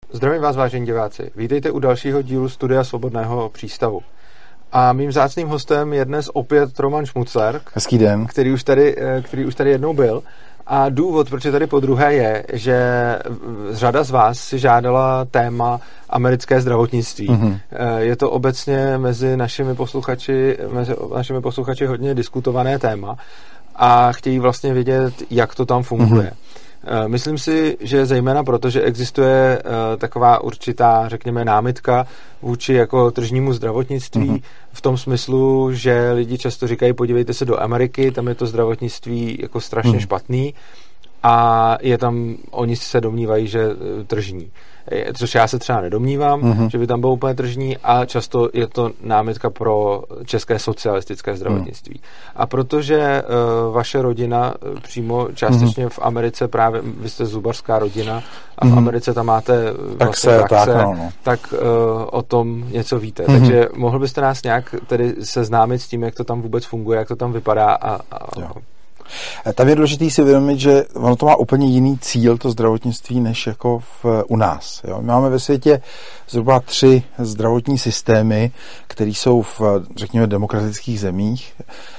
Zdravím vás, vážení diváci. Vítejte u dalšího dílu Studia Svobodného přístavu. A mým vzácným hostem je dnes opět Roman Šmucler. Hezký den. Který už tady jednou byl. A důvod, proč je tady podruhé, je, že řada z vás si žádala téma americké zdravotnictví. Mm-hmm. Je to obecně mezi našimi posluchači hodně diskutované téma a chtějí vlastně vědět, jak to tam funguje. Mm-hmm. Myslím si, že zejména proto, že existuje taková určitá, řekněme, námitka vůči jako tržnímu zdravotnictví v tom smyslu, že lidi často říkají, podívejte se do Ameriky, tam je to zdravotnictví jako strašně špatný a oni se domnívají, že tržní. Což já se třeba nedomnívám, že by tam bylo úplně tržní, a často je to námitka pro české socialistické zdravotnictví. A protože vaše rodina přímo částečně v Americe, právě vy jste zubařská rodina a v Americe tam máte vlastně praxe, tak o tom něco víte. Takže mohl byste nás nějak tedy seznámit s tím, jak to tam vůbec funguje, jak to tam vypadá Tam je důležité si uvědomit, že ono to má úplně jiný cíl, to zdravotnictví, než jako u nás. Jo? My máme ve světě zhruba 3 zdravotní systémy, které jsou v, řekněme, demokratických zemích.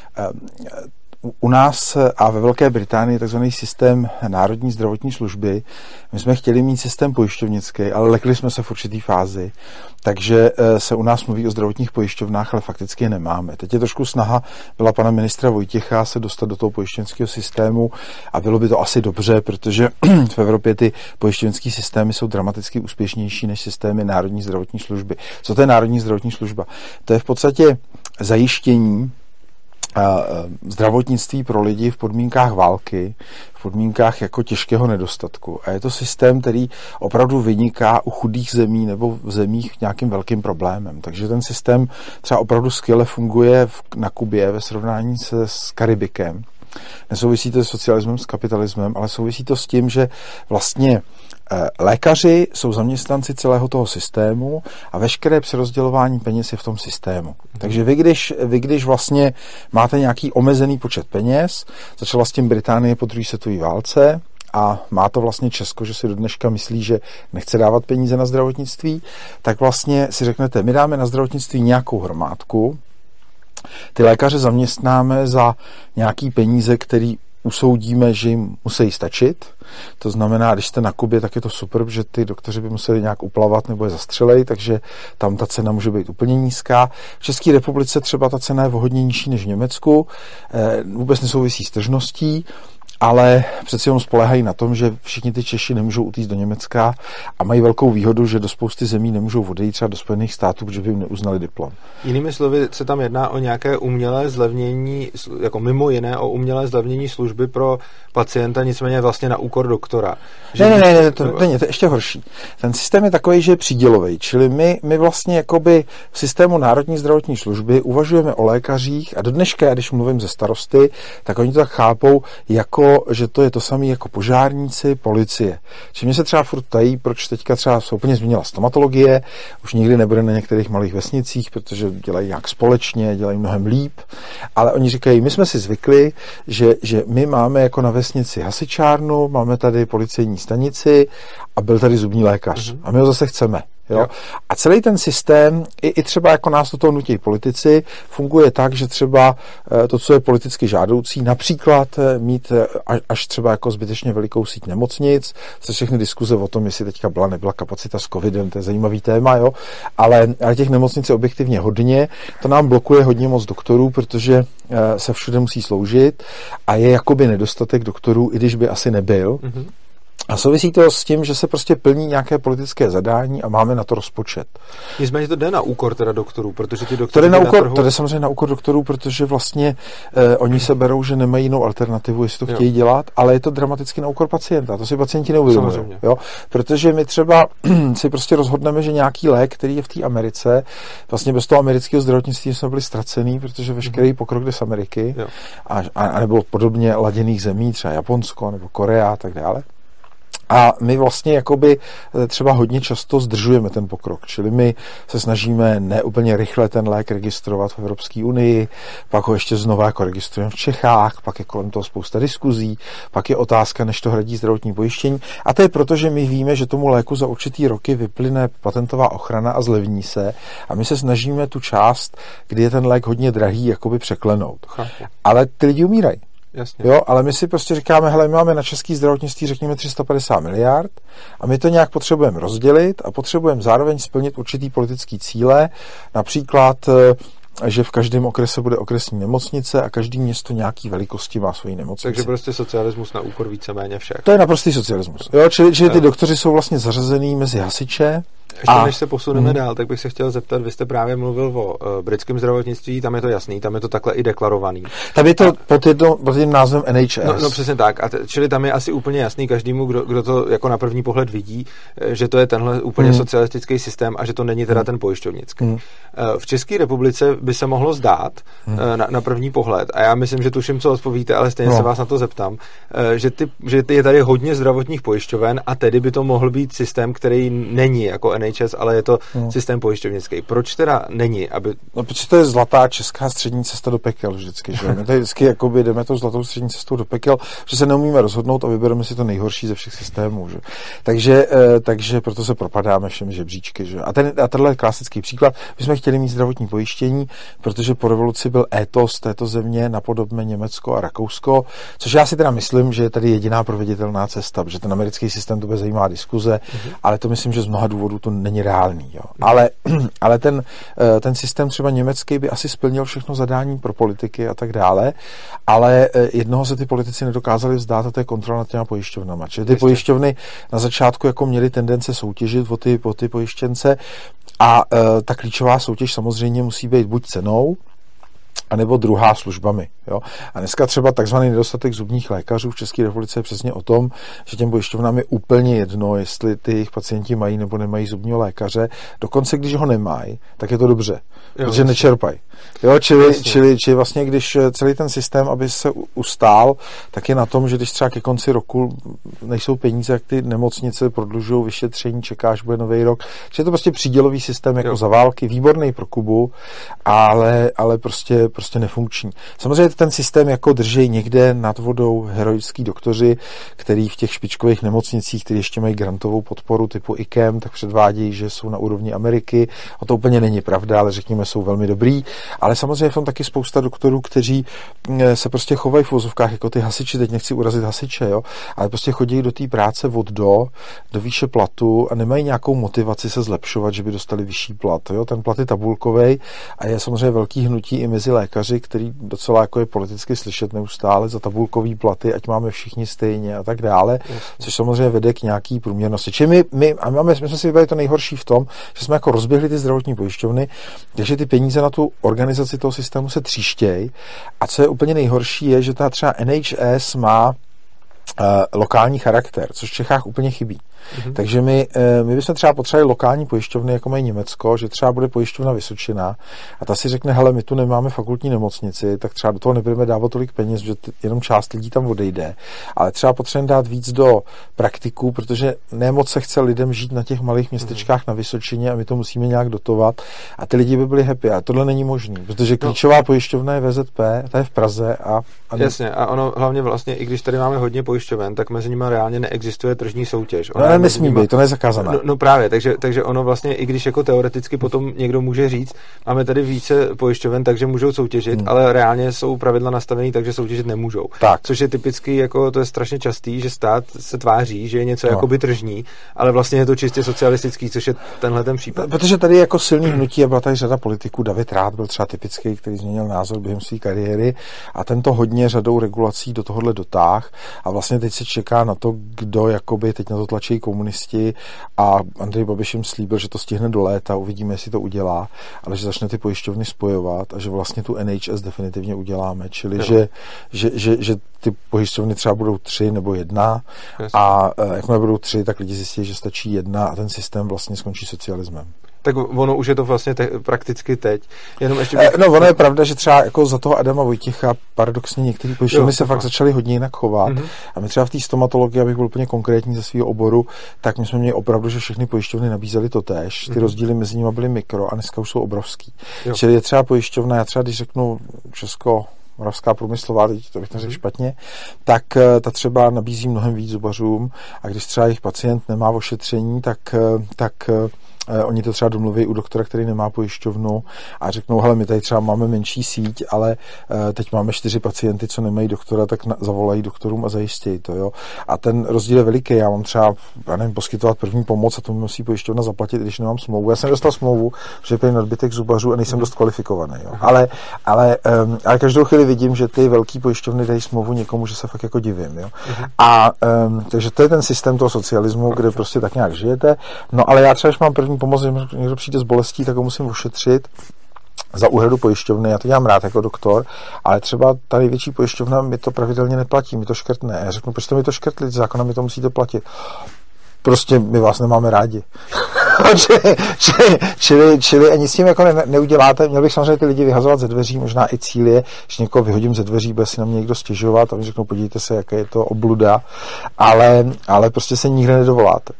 U nás a ve Velké Británii je takzvaný systém národní zdravotní služby. My jsme chtěli mít systém pojišťovnický, ale lekli jsme se v určitý fázi, takže se u nás mluví o zdravotních pojišťovnách, ale fakticky je nemáme. Teď je trošku snaha, byla pana ministra Vojtěcha, se dostat do toho pojišťovnického systému a bylo by to asi dobře, protože v Evropě ty pojišťovnické systémy jsou dramaticky úspěšnější než systémy národní zdravotní služby. Co to je národní zdravotní služba? To je v podstatě zajištění zdravotnictví pro lidi v podmínkách války, v podmínkách jako těžkého nedostatku. A je to systém, který opravdu vyniká u chudých zemí nebo v zemích nějakým velkým problémem. Takže ten systém třeba opravdu skvěle funguje na Kubě ve srovnání s Karibikem. Nesouvisí to s socialismem, s kapitalismem, ale souvisí to s tím, že vlastně lékaři jsou zaměstnanci celého toho systému a veškeré přerozdělování peněz je v tom systému. Takže vy, když vlastně máte nějaký omezený počet peněz, začala s tím Británie po druhé světové válce a má to vlastně Česko, že si do dneška myslí, že nechce dávat peníze na zdravotnictví, tak vlastně si řeknete, my dáme na zdravotnictví nějakou hromádku, ty lékaře zaměstnáme za nějaký peníze, který usoudíme, že jim musí stačit. To znamená, když jste na Kubě, tak je to super, že ty doktoři by museli nějak uplavat nebo je zastřelej, takže tam ta cena může být úplně nízká. V České republice třeba ta cena je o hodně nižší než v Německu. Vůbec nesouvisí s tržností, ale přeci jenom spoléhají na tom, že všichni ty Češi nemůžou utíct do Německa a mají velkou výhodu, že do spousty zemí nemůžou odejít třeba do Spojených států, protože by jim neuznali diplom. Jinými slovy se tam jedná o nějaké umělé zlevnění, jako mimo jiné o umělé zlevnění služby pro pacienta, nicméně vlastně na úkor doktora. Ne, to je ještě horší. Ten systém je takový, že je přídělový, čili my vlastně jakoby v systému národní zdravotní služby uvažujeme o lékařích a do dneška, když mluvím ze starosty, tak oni to tak chápou, jako že to je to samé jako požárníci, policie. Čili mě se třeba furt tají, proč teďka třeba se úplně změnila stomatologie, už nikdy nebude na některých malých vesnicích, protože dělají nějak společně, dělají mnohem líp, ale oni říkají, my jsme si zvykli, že my máme jako na vesnici hasičárnu, máme tady policejní stanici a byl tady zubní lékař. A my ho zase chceme. Jo? A celý ten systém, i třeba jako nás do toho nutí politici, funguje tak, že třeba to, co je politicky žádoucí, například mít až třeba jako zbytečně velikou síť nemocnic, se všechny diskuze o tom, jestli teďka nebyla kapacita s covidem, to je zajímavý téma, jo? Ale těch nemocnic je objektivně hodně, to nám blokuje hodně moc doktorů, protože se všude musí sloužit a je jakoby nedostatek doktorů, i když by asi nebyl. A souvisí to s tím, že se prostě plní nějaké politické zadání a máme na to rozpočet. Nicméně to jde na úkor teda doktorů, protože ty doktory to jde samozřejmě na úkor doktorů, protože vlastně oni se berou, že nemají jinou alternativu, jestli to chtějí dělat, ale je to dramaticky na úkor pacienta. To si pacienti neuvědomují. Protože my třeba si prostě rozhodneme, že nějaký lék, který je v té Americe, vlastně bez toho amerického zdravotnictví jsme byli ztracený, protože veškerý pokrok jde z Ameriky a nebo podobně laděných zemí, třeba Japonsko nebo Korea a tak dále. A my vlastně jakoby třeba hodně často zdržujeme ten pokrok, čili my se snažíme neúplně rychle ten lék registrovat v Evropské unii, pak ho ještě znova jako registrujeme v Čechách, pak je kolem toho spousta diskuzí, pak je otázka, než to hradí zdravotní pojištění. A to je proto, že my víme, že tomu léku za určitý roky vyplyne patentová ochrana a zlevní se a my se snažíme tu část, kdy je ten lék hodně drahý, jakoby překlenout. Ale ty lidi umírají. Jasně. Jo, ale my si prostě říkáme, hele, my máme na český zdravotnictví řekněme 350 miliard a my to nějak potřebujeme rozdělit a potřebujeme zároveň splnit určitý politický cíle, například že v každém okrese bude okresní nemocnice a každý město nějaký velikosti má svoji nemocnici. Takže prostě socialismus na úkor víceméně všech. To je naprostý socialismus. Jo, čili ty doktoři jsou vlastně zařazený mezi hasiče. Ještě než se posuneme dál, tak bych se chtěl zeptat, vy jste právě mluvil o britském zdravotnictví, tam je to jasný, tam je to takhle i deklarovaný. Tam je to pod tím názvem NHS. No přesně tak, čili tam je asi úplně jasný každému, kdo to jako na první pohled vidí, že to je tenhle úplně socialistický systém a že to není teda ten pojišťovnický. V České republice by se mohlo zdát na první pohled, a já myslím, že tuším, co odpovíte, ale stejně se vás na to zeptám, že je tady hodně zdravotních pojišťoven a tedy by to mohl být systém, který není jako NHS, ale je to systém pojišťovnický. Proč teda není? No, protože to je zlatá česká střední cesta do pekel vždycky, že? My tady vždycky jakoby jdeme tou zlatou střední cestou do pekel, že se neumíme rozhodnout a vybereme si to nejhorší ze všech systémů, že? Takže proto se propadáme všemi žebříčky, že? A tenhle klasický příklad, my jsme chtěli mít zdravotní pojištění, protože po revoluci byl étos této země, napodobně Německo a Rakousko, což já si teda myslím, že je tady jediná proveditelná cesta, protože ten americký systém to bude zajímavá diskuze, ale to myslím, že z mnoha důvodů to není reálný. Jo. Ale ten systém třeba německý by asi splnil všechno zadání pro politiky a tak dále, ale jednoho se ty politici nedokázali vzdát a to je kontrola nad těma pojišťovnama. Čili ty pojišťovny na začátku jako měly tendence soutěžit o ty pojištěnce a ta klíčová soutěž samozřejmě musí být buď cenou, anebo druhá službami. Jo? A dneska třeba takzvaný nedostatek zubních lékařů v České republice je přesně o tom, že těm pojišťovnám je úplně jedno, jestli ty jejich pacienti mají nebo nemají zubního lékaře. Dokonce, když ho nemají, tak je to dobře, protože nečerpají. Jo? Čili vlastně, když celý ten systém, aby se ustál, tak je na tom, že když třeba ke konci roku nejsou peníze, jak ty nemocnice prodlužují vyšetření, čekáš, bude nový rok. Čili je to prostě přídělový systém jako za války, výborný pro Kubu, ale prostě nefunkční. Samozřejmě ten systém jako drží někde nad vodou heroický doktoři, který v těch špičkových nemocnicích, kteří ještě mají grantovou podporu typu IKEM, tak předvádějí, že jsou na úrovni Ameriky. A to úplně není pravda, ale řekněme, jsou velmi dobrý. Ale samozřejmě je tam taky spousta doktorů, kteří se prostě chovají v vozovkách jako ty hasiči, teď nechci urazit hasiče, jo, ale prostě chodí do té práce do výše platu a nemají nějakou motivaci se zlepšovat, že by dostali vyšší plat. Jo. Ten plat je tabulkovej a je samozřejmě velký hnutí i mezi lékaři, který docela jako je politicky slyšet neustále za tabulkový platy, ať máme všichni stejně a tak dále, což samozřejmě vede k nějaký průměrnosti. Čili my jsme si vybrali to nejhorší v tom, že jsme jako rozběhli ty zdravotní pojišťovny, takže ty peníze na tu organizaci toho systému se tříštějí a co je úplně nejhorší je, že ta třeba NHS má lokální charakter, což v Čechách úplně chybí. Takže my bychom třeba potřebovali lokální pojišťovny, jako mají Německo, že třeba bude pojišťovna Vysočina a ta si řekne, hele, my tu nemáme fakultní nemocnici, tak třeba do toho nebudeme dávat tolik peněz, že jenom část lidí tam odejde. Ale třeba potřebujeme dát víc do praktiků, protože nemoc se chce lidem žít na těch malých městečkách na Vysočině a my to musíme nějak dotovat a ty lidi by byli happy. A tohle není možný, protože klíčová pojišťovna je VZP, ta je v Praze a jasně, a ono hlavně vlastně, i když tady máme hodně pojišťoven, tak mezi nimi reálně neexistuje tržní soutěž. Nesmí být, to je zakázané. No právě, takže ono vlastně, i když jako teoreticky potom někdo může říct, máme tady více pojišťoven, takže můžou soutěžit, ale reálně jsou pravidla nastavené, takže soutěžit nemůžou. Tak. Což je typicky, jako to je strašně častý, že stát se tváří, že je něco jakoby tržní, ale vlastně je to čistě socialistický, což je tenhle ten případ. Protože tady je jako silný hnutí a byla tady řada politiků, David Rath byl třeba typický, který změnil názor během své kariéry a tento hodně řadou regulací do tohohle dotáh a vlastně teď se čeká na to, kdo jakoby teď na to tlačí komunisti a Andrej Babiš jim slíbil, že to stihne do léta, uvidíme, jestli to udělá, ale že začne ty pojišťovny spojovat a že vlastně tu NHS definitivně uděláme, čili že ty pojišťovny třeba budou 3 nebo 1 a jakmile budou 3, tak lidi zjistí, že stačí 1 a ten systém vlastně skončí socialismem. Tak ono už je to vlastně prakticky teď. Jenom ještě ono je pravda, že třeba jako za toho Adama Vojtěcha paradoxně některý pojišťovny se fakt začaly hodně jinak chovat A my třeba v té stomatologii, abych byl úplně konkrétní ze svého oboru, tak my jsme měli opravdu, že všechny pojišťovny nabízely to též. Ty rozdíly mezi nimi byly mikro a dneska už jsou obrovský. Jo. Čili je třeba pojišťovna, já třeba když řeknu Moravská průmyslová, teď to bych to řekl špatně, tak ta třeba nabízí mnohem víc zubařům a když třeba jejich pacient nemá ošetření, tak oni to třeba domluví u doktora, který nemá pojišťovnu a řeknou, hele, my tady třeba máme menší síť, ale teď máme 4 pacienty, co nemají doktora, tak zavolají doktorům a zajistějí to, jo. A ten rozdíl je veliký. Já mám třeba, poskytovat první pomoc a to mi musí pojišťovna zaplatit, když nemám smlouvu. Já jsem dostal smlouvu, že je nadbytek zubařů a nejsem dost kvalifikovaný, jo. Ale každou chvíli vidím, že ty velký pojišťovny dají smlouvu někomu, že se fakt jako divím, jo. A takže to je ten systém toho socialismu, kde prostě tak nějak žijete. No ale já třeba, když mám první pomoc, že někdo přijde s bolestí, tak ho musím ošetřit za úhradu pojišťovny. Já to dělám rád jako doktor, ale třeba ta největší pojišťovna mi to pravidelně neplatí, mi to škrtne. Já řeknu, proč to mi to škrtli, zákona mi to musíte platit. Prostě my vás nemáme rádi. čili ani s tím jako neuděláte. Měl bych samozřejmě ty lidi vyhazovat ze dveří, možná i cíl je, že někoho vyhodím ze dveří, bude si na mě někdo stěžovat a oni řeknou, podívejte se, jaké je to obluda, ale prostě se nikdy nedovoláte.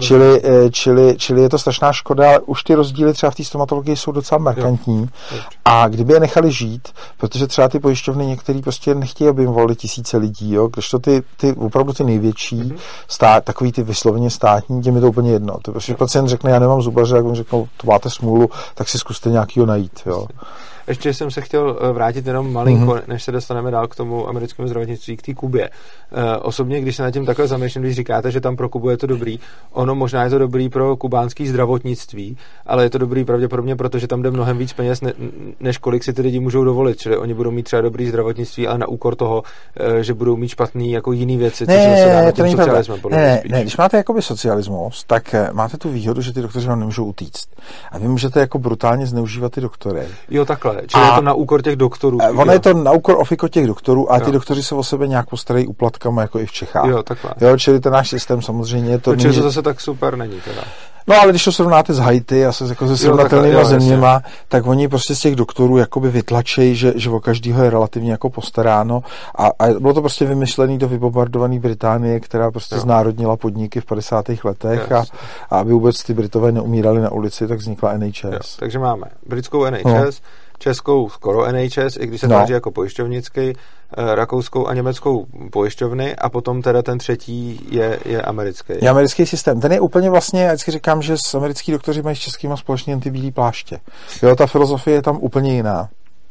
Čili je to strašná škoda, ale už ty rozdíly třeba v té stomatologii jsou docela markantní a kdyby je nechali žít, protože třeba ty pojišťovny některý prostě nechtějí, aby jim volili tisíce lidí, jo, kdežto ty opravdu ty největší, takový ty vysloveně státní, těm je to úplně jedno. To prostě pacient řekne, já nemám zubaře, jak oni řeknou, to máte smůlu, tak si zkuste nějakýho najít. Jo. Ještě jsem se chtěl vrátit jenom malinko, než se dostaneme dál k tomu americkému zdravotnictví, k té Kubě. Osobně, když se nad tím takhle zamýšlím, když říkáte, že tam pro Kubu je to dobrý, ono možná je to dobrý pro kubánský zdravotnictví, ale je to dobrý pravděpodobně, protože tam jde mnohem víc peněz, než kolik si ty lidi můžou dovolit. Čili oni budou mít třeba dobrý zdravotnictví, ale na úkor toho, že budou mít špatný jako jiný věci, což se dá na tím socialismem. Ne, když máte jakoby socialismus, tak máte tu výhodu, že ty doktoři vám nemůžou utíct. A vy můžete jako brutálně zneužívat ty doktory. Jo, takhle. Čili je to na úkor těch doktorů. Ono je to na úkor ofiko těch doktorů a ty doktoři se o sebe nějak postarají úplatkama, jako i v Čechách. Jo, takhle. Jo, čili ten náš systém samozřejmě to čili to zase tak super není teda. No ale když to srovnáte s Haiti a se srovnatelnýma zeměma, tak oni prostě z těch doktorů jakoby vytlačejí, že o každýho je relativně jako postaráno a bylo to prostě vymyšlený do vybombardované Británie, která prostě znárodnila podniky v 50. letech a aby vůbec ty Britové neumírali na ulici, tak vznikla NHS. Jo, takže máme britskou NHS, českou skoro NHS, i když se tváří jako pojišťovnický, rakouskou a německou pojišťovny a potom teda ten třetí je americký. Je americký systém. Ten je úplně vlastně, já vždycky říkám, že americký doktoři mají s českýma společně jen ty bílý pláště. Jo, ta filozofie je tam úplně jiná.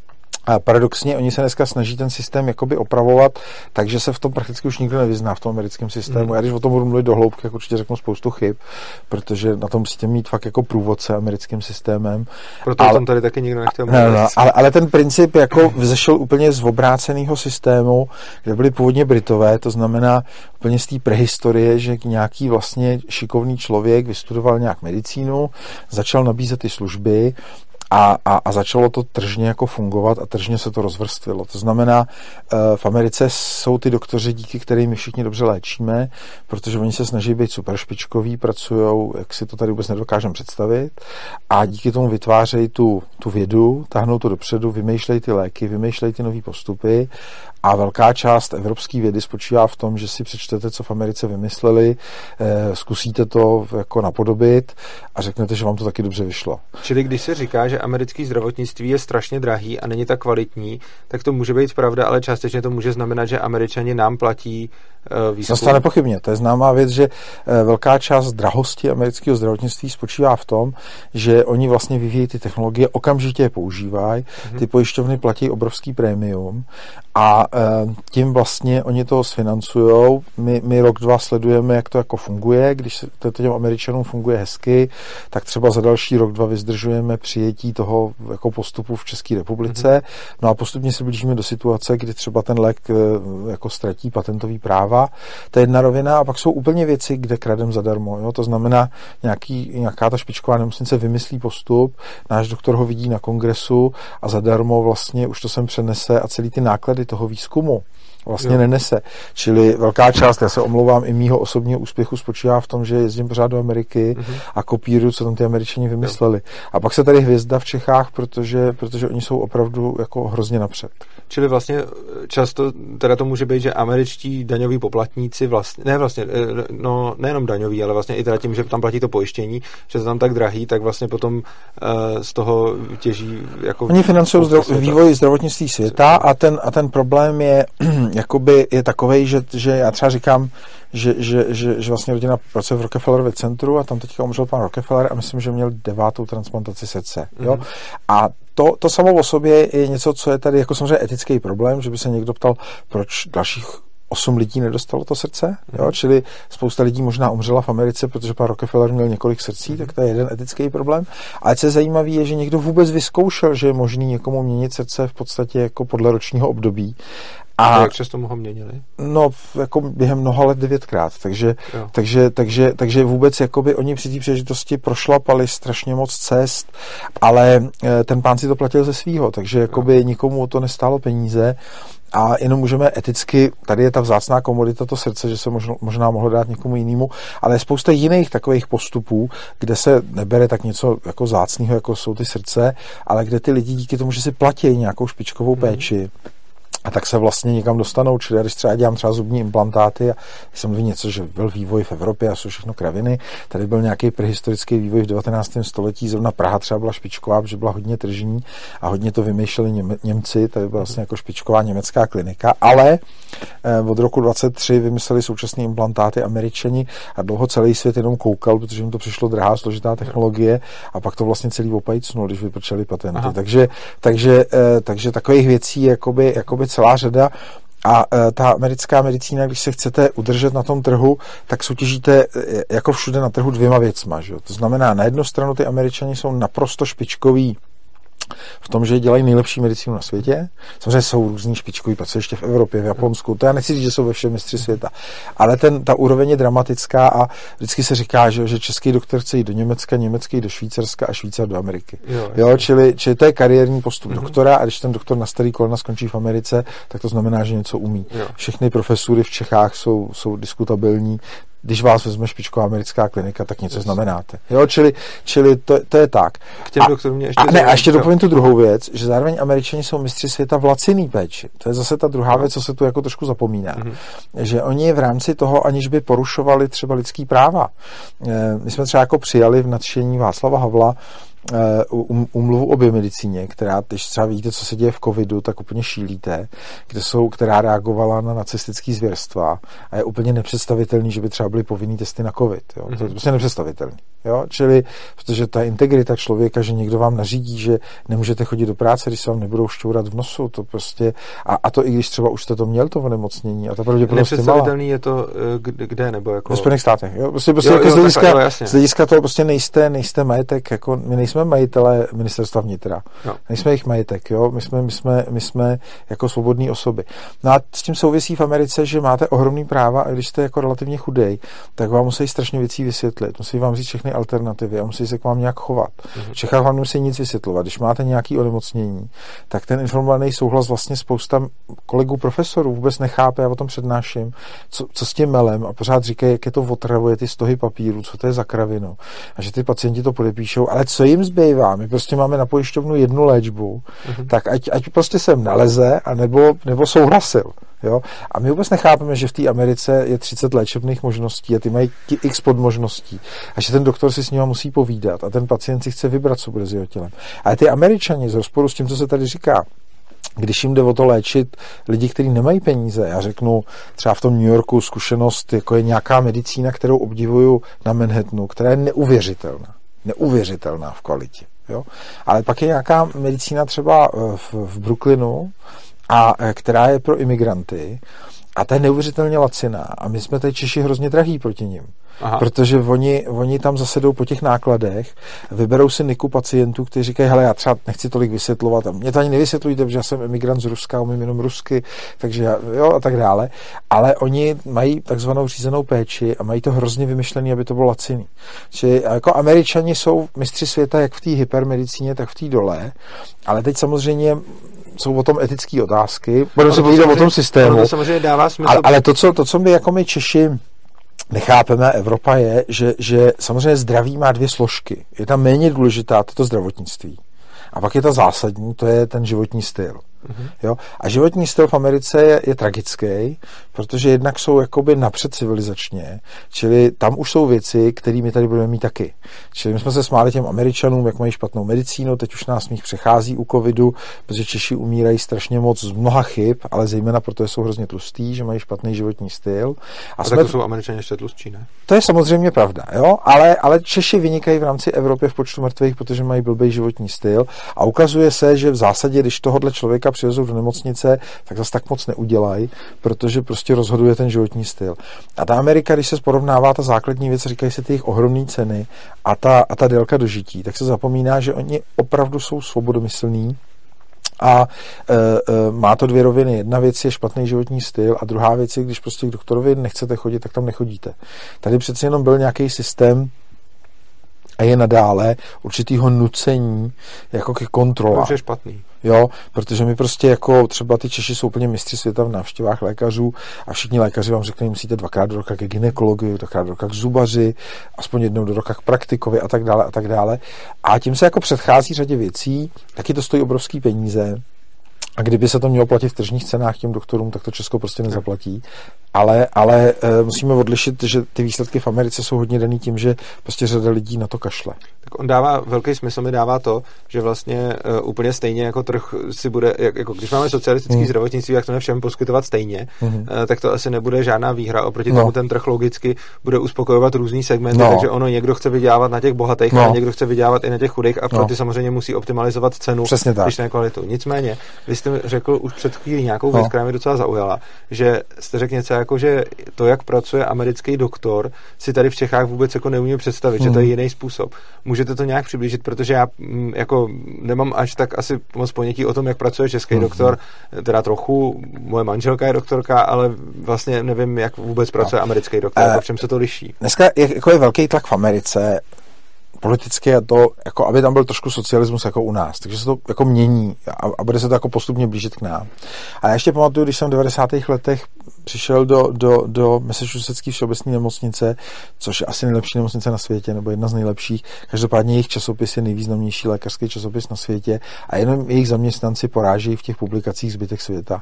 A paradoxně oni se dneska snaží ten systém jakoby opravovat, takže se v tom prakticky už nikdo nevyzná v tom americkém systému. Já když o tom budu mluvit do hloubky, jak určitě řeknu spoustu chyb, protože na tom musíte mít fakt jako průvodce americkým systémem. Proto o tom tady taky nikdo nechtěl mluvit. Ale ten princip jako vzešel úplně z obráceného systému, kde byli původně Britové, to znamená úplně z té prehistorie, že nějaký vlastně šikovný člověk vystudoval nějak medicínu, začal nabízet ty služby, a začalo to tržně jako fungovat a tržně se to rozvrstvilo. To znamená, v Americe jsou ty doktoři, díky kterým my všichni dobře léčíme, protože oni se snaží být super špičkoví, pracujou, jak si to tady vůbec nedokážeme představit a díky tomu vytvářejí tu vědu, táhnou to dopředu, vymýšlejí ty léky, vymýšlejí ty nové postupy a velká část evropské vědy spočívá v tom, že si přečtete, co v Americe vymysleli, zkusíte to jako napodobit a řeknete, že vám to taky dobře vyšlo. Čili když se říká, že americké zdravotnictví je strašně drahý a není tak kvalitní, tak to může být pravda, ale částečně to může znamenat, že Američani nám platí výzkum. No, nepochybně. To je známá věc, že velká část drahosti amerického zdravotnictví spočívá v tom, že oni vlastně vyvíjejí ty technologie, okamžitě je používají, ty pojišťovny platí obrovský prémium a tím vlastně oni to sfinancujou. My rok, dva sledujeme, jak to jako funguje. Když to těm Američanům funguje hezky, tak třeba za další rok, dva vyzdržujeme přijetí toho jako postupu v České republice. No a postupně se blížíme do situace, kdy třeba ten lék jako ztratí patentový práva. To je jedna rovina a pak jsou úplně věci, kde kradem zadarmo. Jo? To znamená, nějaká ta špičková nemocnice vymyslí postup, náš doktor ho vidí na kongresu a zadarmo vlastně už to sem přenese a celý ty náklady toho výzkumu vlastně nenese. Čili velká část, já se omlouvám, i mýho osobního úspěchu spočívá v tom, že jezdím pořád do Ameriky a kopíruju, co tam ty Američani vymysleli. A pak se tady hvězda v Čechách, protože oni jsou opravdu jako hrozně napřed. čili vlastně často teda to může být, že američtí daňoví poplatníci nejenom daňoví, ale vlastně i teda tím, že tam platí to pojištění, že to tam tak drahý, tak vlastně potom z toho těží jako... Oni financují vývoj zdravotnictví světa a ten problém je jakoby je takovej, že já třeba říkám, že vlastně rodina pracuje v Rockefellerově centru a tam teďka umřel pan Rockefeller a myslím, že měl 9. transplantaci srdce. Jo? A to samo o sobě je něco, co je tady jako samozřejmě etický problém, že by se někdo ptal, proč dalších 8 lidí nedostalo to srdce, jo? Čili spousta lidí možná umřela v Americe, protože pan Rockefeller měl několik srdcí, tak to je jeden etický problém. Ale co je zajímavé, je, že někdo vůbec vyzkoušel, že je možný někomu měnit srdce v podstatě jako podle ročního období. A jak často mu ho měnili? No, jako během mnoha let 9krát, takže vůbec jakoby oni při té příležitosti prošlapali strašně moc cest, ale ten pán si to platil ze svýho, takže jakoby nikomu to nestálo peníze a jenom můžeme eticky, tady je ta vzácná komodita, to srdce, že se možná mohlo dát někomu jinému, ale je spousta jiných takových postupů, kde se nebere tak něco jako vzácného, jako jsou ty srdce, ale kde ty lidi díky tomu, že si platí nějakou špičkovou péči, a tak se vlastně někam dostanou, čili když třeba dělám třeba zubní implantáty a jsem mluví něco, že byl vývoj v Evropě a jsou všechno kraviny, tady byl nějaký prehistorický vývoj v 19. století, zrovna Praha třeba byla špičková, protože byla hodně tržní a hodně to vymýšleli Němci, tady byla vlastně jako špičková německá klinika, ale od roku 23 vymysleli současné implantáty Američani a dlouho celý svět jenom koukal, protože jim to přišlo drahá, složitá technologie a pak to vlastně celý opajicnul, když vyprčeli patenty. Takže takových věcí jakoby celá řada a ta americká medicína, když se chcete udržet na tom trhu, tak soutěžíte jako všude na trhu 2 věcma. Že? To znamená, na jednu stranu ty Američani jsou naprosto špičkoví v tom, že dělají nejlepší medicínu na světě. Samozřejmě jsou různý špičkoví pacienti v Evropě, v Japonsku. To já nechci říct, že jsou ve všem mistři světa. Ale ta úroveň je dramatická a vždycky se říká, že český doktor chce jít do Německa, německý do Švýcarska a Švýcar do Ameriky. Jo, čili to je kariérní postup doktora a když ten doktor na starý kolena skončí v Americe, tak to znamená, že něco umí. Všechny profesury v Čechách jsou diskutabilní. Když vás vezme špičková americká klinika, tak něco znamenáte. Jo, čili to je tak. K těm doktorům mě ještě dopovím tu druhou věc, že zároveň Američani jsou mistři světa v laciný péči. To je zase ta druhá věc, co se tu jako trošku zapomíná. Že oni v rámci toho, aniž by porušovali třeba lidský práva. My jsme třeba jako přijali v nadšení Václava Havla úmluvu o biomedicíně, která, když třeba vidíte, co se děje v covidu, tak úplně šílíte, která reagovala na nacistický zvěrstva a je úplně nepředstavitelný, že by třeba byly povinný testy na covid. Jo? To je prostě nepředstavitelný. Jo? Čili, protože ta integrita člověka, že někdo vám nařídí, že nemůžete chodit do práce, když se vám nebudou šťourat v nosu, to prostě, a to i když třeba už jste to měl, to onemocnění, a ta pravděpodobnost je malá. Nepředstavitelný je to kde, nebo jako... Ve Spojených státech. Jo? Prostě jako z hlediska toho prostě nejste majetek, jako my nejsme majitelé ministerstva vnitra. Nejsme jejich majetek, jo? My jsme jako svobodní osoby. No a s tím souvisí v Americe, že máte ohromný práva a když jste jako relativně chudej, tak vám musí strašně věcí vysvětlit. Musí vám říct všechny alternativy a musí se k vám nějak chovat. V Čechách vám nemusí nic vysvětlovat. Když máte nějaké onemocnění, tak ten informovaný souhlas vlastně spousta kolegů profesorů vůbec nechápe, já o tom přednáším, co s tím melem a pořád říkají, jak je to otravuje ty stohy papíru, co to je za kravinu. A že ty pacienti to podepíšou, ale co jim zbývá? My prostě máme na pojišťovnu jednu léčbu, tak ať prostě sem naleze a nebo souhlasil. Jo? A my vůbec nechápeme, že v té Americe je 30 léčebných možností a ty mají x podmožností. A že ten doktor si s nima musí povídat a ten pacient si chce vybrat, co bude s jeho tělem. Ale ty Američani z rozporu s tím, co se tady říká, když jim jde o to léčit lidi, kteří nemají peníze, já řeknu třeba v tom New Yorku zkušenost, jako je nějaká medicína, kterou obdivuju na Manhattanu, která je neuvěřitelná v kvalitě. Jo? Ale pak je nějaká medicína třeba v Brooklynu, která je pro imigranty a ta je neuvěřitelně laciná a my jsme tady Češi hrozně drahý proti nim. Aha. Protože oni tam zasedou po těch nákladech, vyberou si niku pacientů, kteří říkají, hele, já třeba nechci tolik vysvětlovat a mě to ani nevysvětlujte, protože já jsem emigrant z Ruska, umím jenom rusky, takže jo a tak dále, ale oni mají takzvanou řízenou péči a mají to hrozně vymyšlený, aby to bylo laciný. Čili jako Američani jsou mistři světa jak v té hypermedicíně, tak v té dole, ale teď samozřejmě jsou o tom etické otázky, budeme se povídat o tom systému, to samozřejmě dává smysl. Ale to, co my Češi nechápeme, Evropa je, že samozřejmě zdraví má 2 složky. Je tam méně důležitá, to zdravotnictví. A pak je ta zásadní, to je ten životní styl. Jo? A životní styl v Americe je tragický, protože jednak jsou jakoby napřed civilizačně, čili tam už jsou věci, které my tady budeme mít taky. Čili my jsme se smáli těm Američanům, jak mají špatnou medicínu, teď už nás smích přechází u covidu, protože Češi umírají strašně moc z mnoha chyb, ale zejména proto, že jsou hrozně tlustí, že mají špatný životní styl. A tak to jsou Američané ještě tlustší, ne? To je samozřejmě pravda, jo? Ale Češi vynikají v rámci Evropy v počtu mrtvých, protože mají blbý životní styl a ukazuje se, že v zásadě, když tohohle člověka přivezou do nemocnice, tak zase tak moc neudělají, protože prostě rozhoduje ten životní styl. A ta Amerika, když se porovnává ta základní věc, říkají se ty jejich ohromné ceny a ta délka dožití, tak se zapomíná, že oni opravdu jsou svobodomyslní. A má to dvě roviny. Jedna věc je špatný životní styl a druhá věc je, když prostě k doktorovi nechcete chodit, tak tam nechodíte. Tady přeci jenom byl nějaký systém a je nadále určitýho nucení jako ke kontrolách. To je špatný. Jo, protože my prostě jako třeba ty Češi jsou úplně mistři světa v návštěvách lékařů a všichni lékaři vám řeknou, musíte 2krát do roka ke gynekologi, 2krát do roka k zubaři, aspoň jednou do roka k praktikovi a tak dále a tak dále. A tím se jako předchází řadě věcí, taky to stojí obrovský peníze. A kdyby se to mělo platit v tržních cenách těm doktorům, tak to Česko prostě nezaplatí. Ale musíme odlišit, že ty výsledky v Americe jsou hodně daný tím, že prostě řada lidí na to kašle. Tak on dává velký smysl, mi dává to, že vlastně úplně stejně jako trh si bude, jako když máme socialistický zdravotnictví, jak to ne všem poskytovat stejně, tak to asi nebude žádná výhra. Oproti tomu ten trh logicky bude uspokojovat různý segmenty, takže ono někdo chce vydělávat na těch bohatých, ale někdo chce vydělávat i na těch chudých a pro ty samozřejmě musí optimalizovat cenu, když ne kvalitu. Nicméně, vy jste řekl už před chvílí nějakou věc, která mě docela zaujala, že jste řekl něco jako, že to, jak pracuje americký doktor, si tady v Čechách vůbec jako neumím představit, že to je jiný způsob. Můžete to nějak přiblížit, protože já jako nemám až tak asi moc ponětí o tom, jak pracuje český doktor, teda trochu, moje manželka je doktorka, ale vlastně nevím, jak vůbec pracuje americký doktor, v čem se to liší. Dneska je velký tlak v Americe politicky a to, jako aby tam byl trošku socialismus jako u nás. Takže se to jako mění a bude se to jako postupně blížit k nám. A já ještě pamatuju, když jsem v 90. letech přišel do Massachusettské všeobecné nemocnice, což je asi nejlepší nemocnice na světě, nebo jedna z nejlepších. Každopádně jejich časopis je nejvýznamnější lékařský časopis na světě a jenom jejich zaměstnanci porážejí v těch publikacích zbytek světa.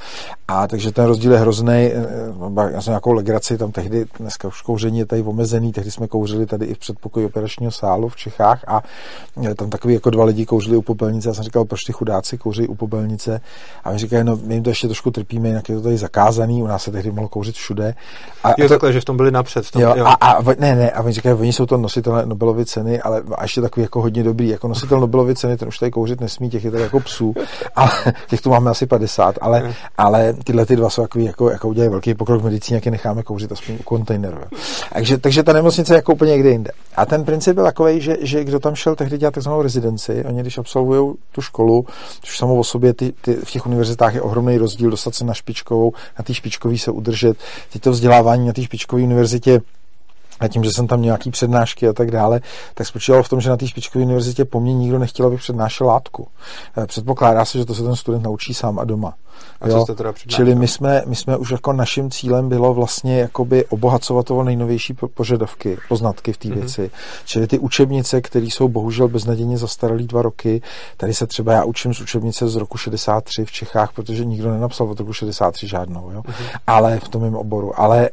A takže ten rozdíl je hrozný. Já jsem nějakou legraci tam tehdy, dneska už kouření je tady omezený, tehdy jsme kouřili tady i v předpokoji operačního sálu v Čechách a tam takový jako dva lidi kouřili u popelnice. Já jsem říkal, proč ty chudáci kouří u popelnice? A oni říkají, no my jim to ještě trošku trpíme, jinak je to tady zakázaný, u nás se tehdy mohlo kouřit všude. Jo, takhle, že v tom byli napřed. A oni říkají, oni jsou to nositelé Nobelovy ceny, ale a ještě takový jako hodně dobrý, jako nositel Nobelovy ceny, ten už tady kouřit nesmí, těch je tady jako psů, ale těch tu máme asi 50, ale tyhle ty dva jsou takový, jako udělají velký pokrok v medicíně, jak je necháme kouřit aspoň u kontejneru. Takže ta nemocnice je jako úplně někde jinde. A ten princip byl takový, že kdo tam šel tehdy dělat takzvanou rezidenci, oni když absolvují tu školu, což samo o sobě v těch univerzitách je ohromný rozdíl dostat se na špičkovou, na té špičkový se udržet. Teď to vzdělávání na té špičkové univerzitě a tím, že jsem tam nějaký přednášky a tak dále, tak spočívalo v tom, že na té špičkové univerzitě po mně nikdo nechtěl, aby přednášel látku. Předpokládá se, že to se ten student naučí sám a doma. A co jste teda přednášel? Čili my jsme už jako naším cílem bylo vlastně jakoby obohacovat to nejnovější požadavky, poznatky v té věci. Čili ty učebnice, které jsou bohužel beznadějně zastaralý 2 roky. Tady se třeba já učím z učebnice z roku 63 v Čechách, protože nikdo nenapsal od roku 63 žádnou, jo. Ale v tom mém oboru. Ale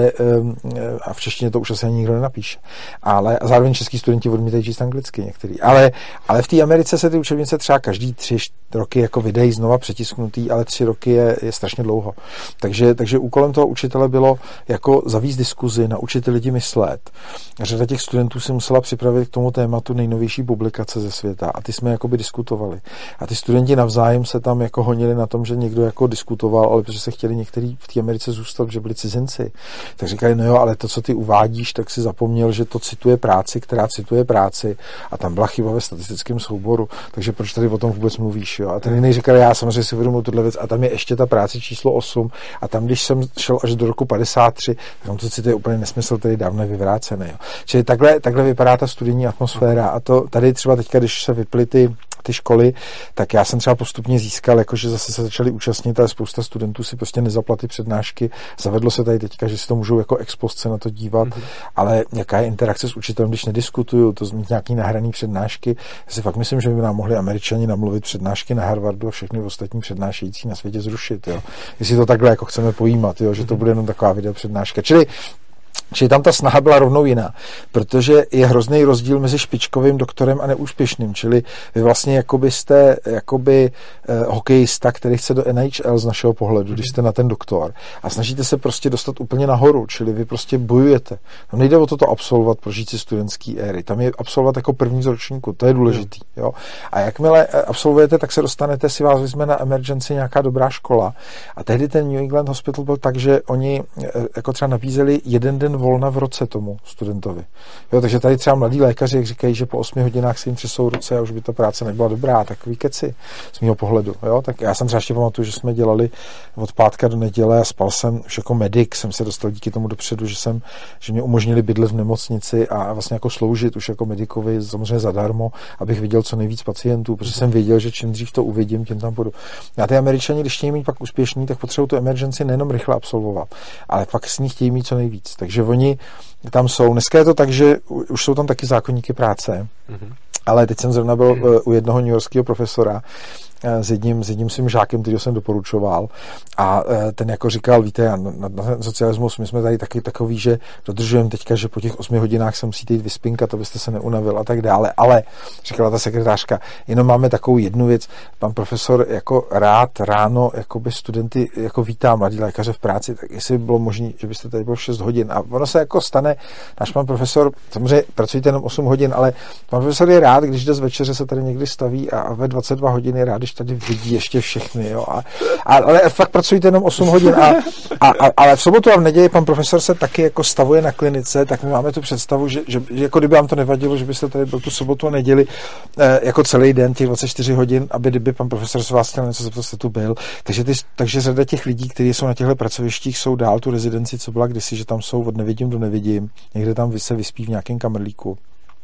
a v češtině to už asi nikdo nenapíše. Ale a zároveň český studenti odmítají číst anglicky některý. Ale v té Americe se ty učebnice třeba každý 3 roky jako vydají znova přetisknutý, ale 3 roky je strašně dlouho. Takže úkolem toho učitele bylo jako zavést diskuzi, naučit ty lidi myslet. Řada těch studentů si musela připravit k tomu tématu nejnovější publikace ze světa a ty jsme jakoby diskutovali. A ty studenti navzájem se tam jako honili na tom, že někdo jako diskutoval, ale protože se chtěli některý v té Americe zůstat, že byli cizinci. Tak říkali, no jo, ale to, co ty uvádíš, tak si zapomněl, že to cituje práci, která cituje práci a tam byla chyba ve statistickém souboru, takže proč tady o tom vůbec mluvíš, jo? A ten jiný říkal, já samozřejmě si uvědomuji tuhle věc a tam je ještě ta práce číslo 8 a tam, když jsem šel až do roku 53, tam to cituje úplně nesmysl, který dávno je vyvrácený. Jo? Čili takhle vypadá ta studijní atmosféra a to tady třeba teďka, když se vyply ty ty školy, tak já jsem třeba postupně získal, jakože zase se začali účastnit, ale spousta studentů si prostě nezaplatí přednášky. Zavedlo se tady teďka, že si to můžou jako ex post se na to dívat, ale jaká je interakce s učitelem, když nediskutuju, to mít nějaký nahraný přednášky. Já si fakt myslím, že by nám mohli Američani namluvit přednášky na Harvardu a všechny ostatní přednášející na světě zrušit, jo. Jestli to takhle jako chceme pojímat, jo, že to bude jenom taková video přednáška. Čili tam ta snaha byla rovnou jiná, protože je hrozný rozdíl mezi špičkovým doktorem a neúspěšným, čili vy vlastně jste hokejista, který chce do NHL z našeho pohledu, když jste na ten doktor a snažíte se prostě dostat úplně nahoru, čili vy prostě bojujete. Tam nejde o toto absolvovat, prožít si studentský éry, tam je absolvovat jako první z ročníku, to je důležitý. Jo? A jakmile absolvujete, tak se dostanete, si vás vezme na emergency nějaká dobrá škola a tehdy ten New England Hospital byl tak, že oni jako třeba nabízeli jeden den volna v roce tomu studentovi. Jo, takže tady třeba mladí lékaři, jak říkají, že po 8 hodinách si jim třesou ruce a už by ta práce nebyla dobrá, takový keci z mýho pohledu. Jo, tak já jsem třeba ještě pamatuju, že jsme dělali od pátka do neděle a spal jsem už jako medic, jsem se dostal díky tomu dopředu, že mě umožnili bydlet v nemocnici a vlastně jako sloužit už jako medicovi samozřejmě zadarmo, abych viděl co nejvíc pacientů, protože jsem věděl, že čím dřív to uvidím, tím tam půjdu. A ty Američani, když chtějí mít pak úspěšný, tak potřebují tu emergency nejenom rychle absolvovat, ale pak s ní chtějí mít co nejvíc. Takže oni tam jsou. Dneska je to tak, že už jsou tam taky zákoníky práce, ale teď jsem zrovna byl u jednoho newyorského profesora s jedním svým žákem, kterýho jsem doporučoval a ten jako říkal, víte, na socialismus my jsme tady taky takový, že dodržujeme teďka, že po těch 8 hodinách se musíte jít vyspinkat, abyste se neunavil a tak dále, ale říkala ta sekretářka, jenom máme takovou jednu věc, pan profesor jako rád ráno jakoby studenty jako vítá mladí lékaře v práci, tak jestli by bylo možné, že byste tady byl v 6 hodin a ono se jako stane, náš pan profesor, samozřejmě pracujete jenom 8 hodin, ale pan profesor je rád, když jde z večeře se tady někdy staví a ve 22 hodin je rád, když tady vidí ještě všechny, jo. Ale fakt pracujete jenom 8 hodin ale v sobotu a v neděli pan profesor se taky jako stavuje na klinice, tak my máme tu představu, že jako kdyby vám to nevadilo, že byste tady byl tu sobotu a neděli jako celý den, těch 24 hodin, aby kdyby pan profesor se vás chtěl něco zeptat, jste tu byl. Takže řada těch lidí, kteří jsou na těchto pracovištích, jsou dál tu rezidenci, co byla kdysi, že tam jsou od nevidím do nevidím, někde tam se vyspí v nějakém kamerlíku.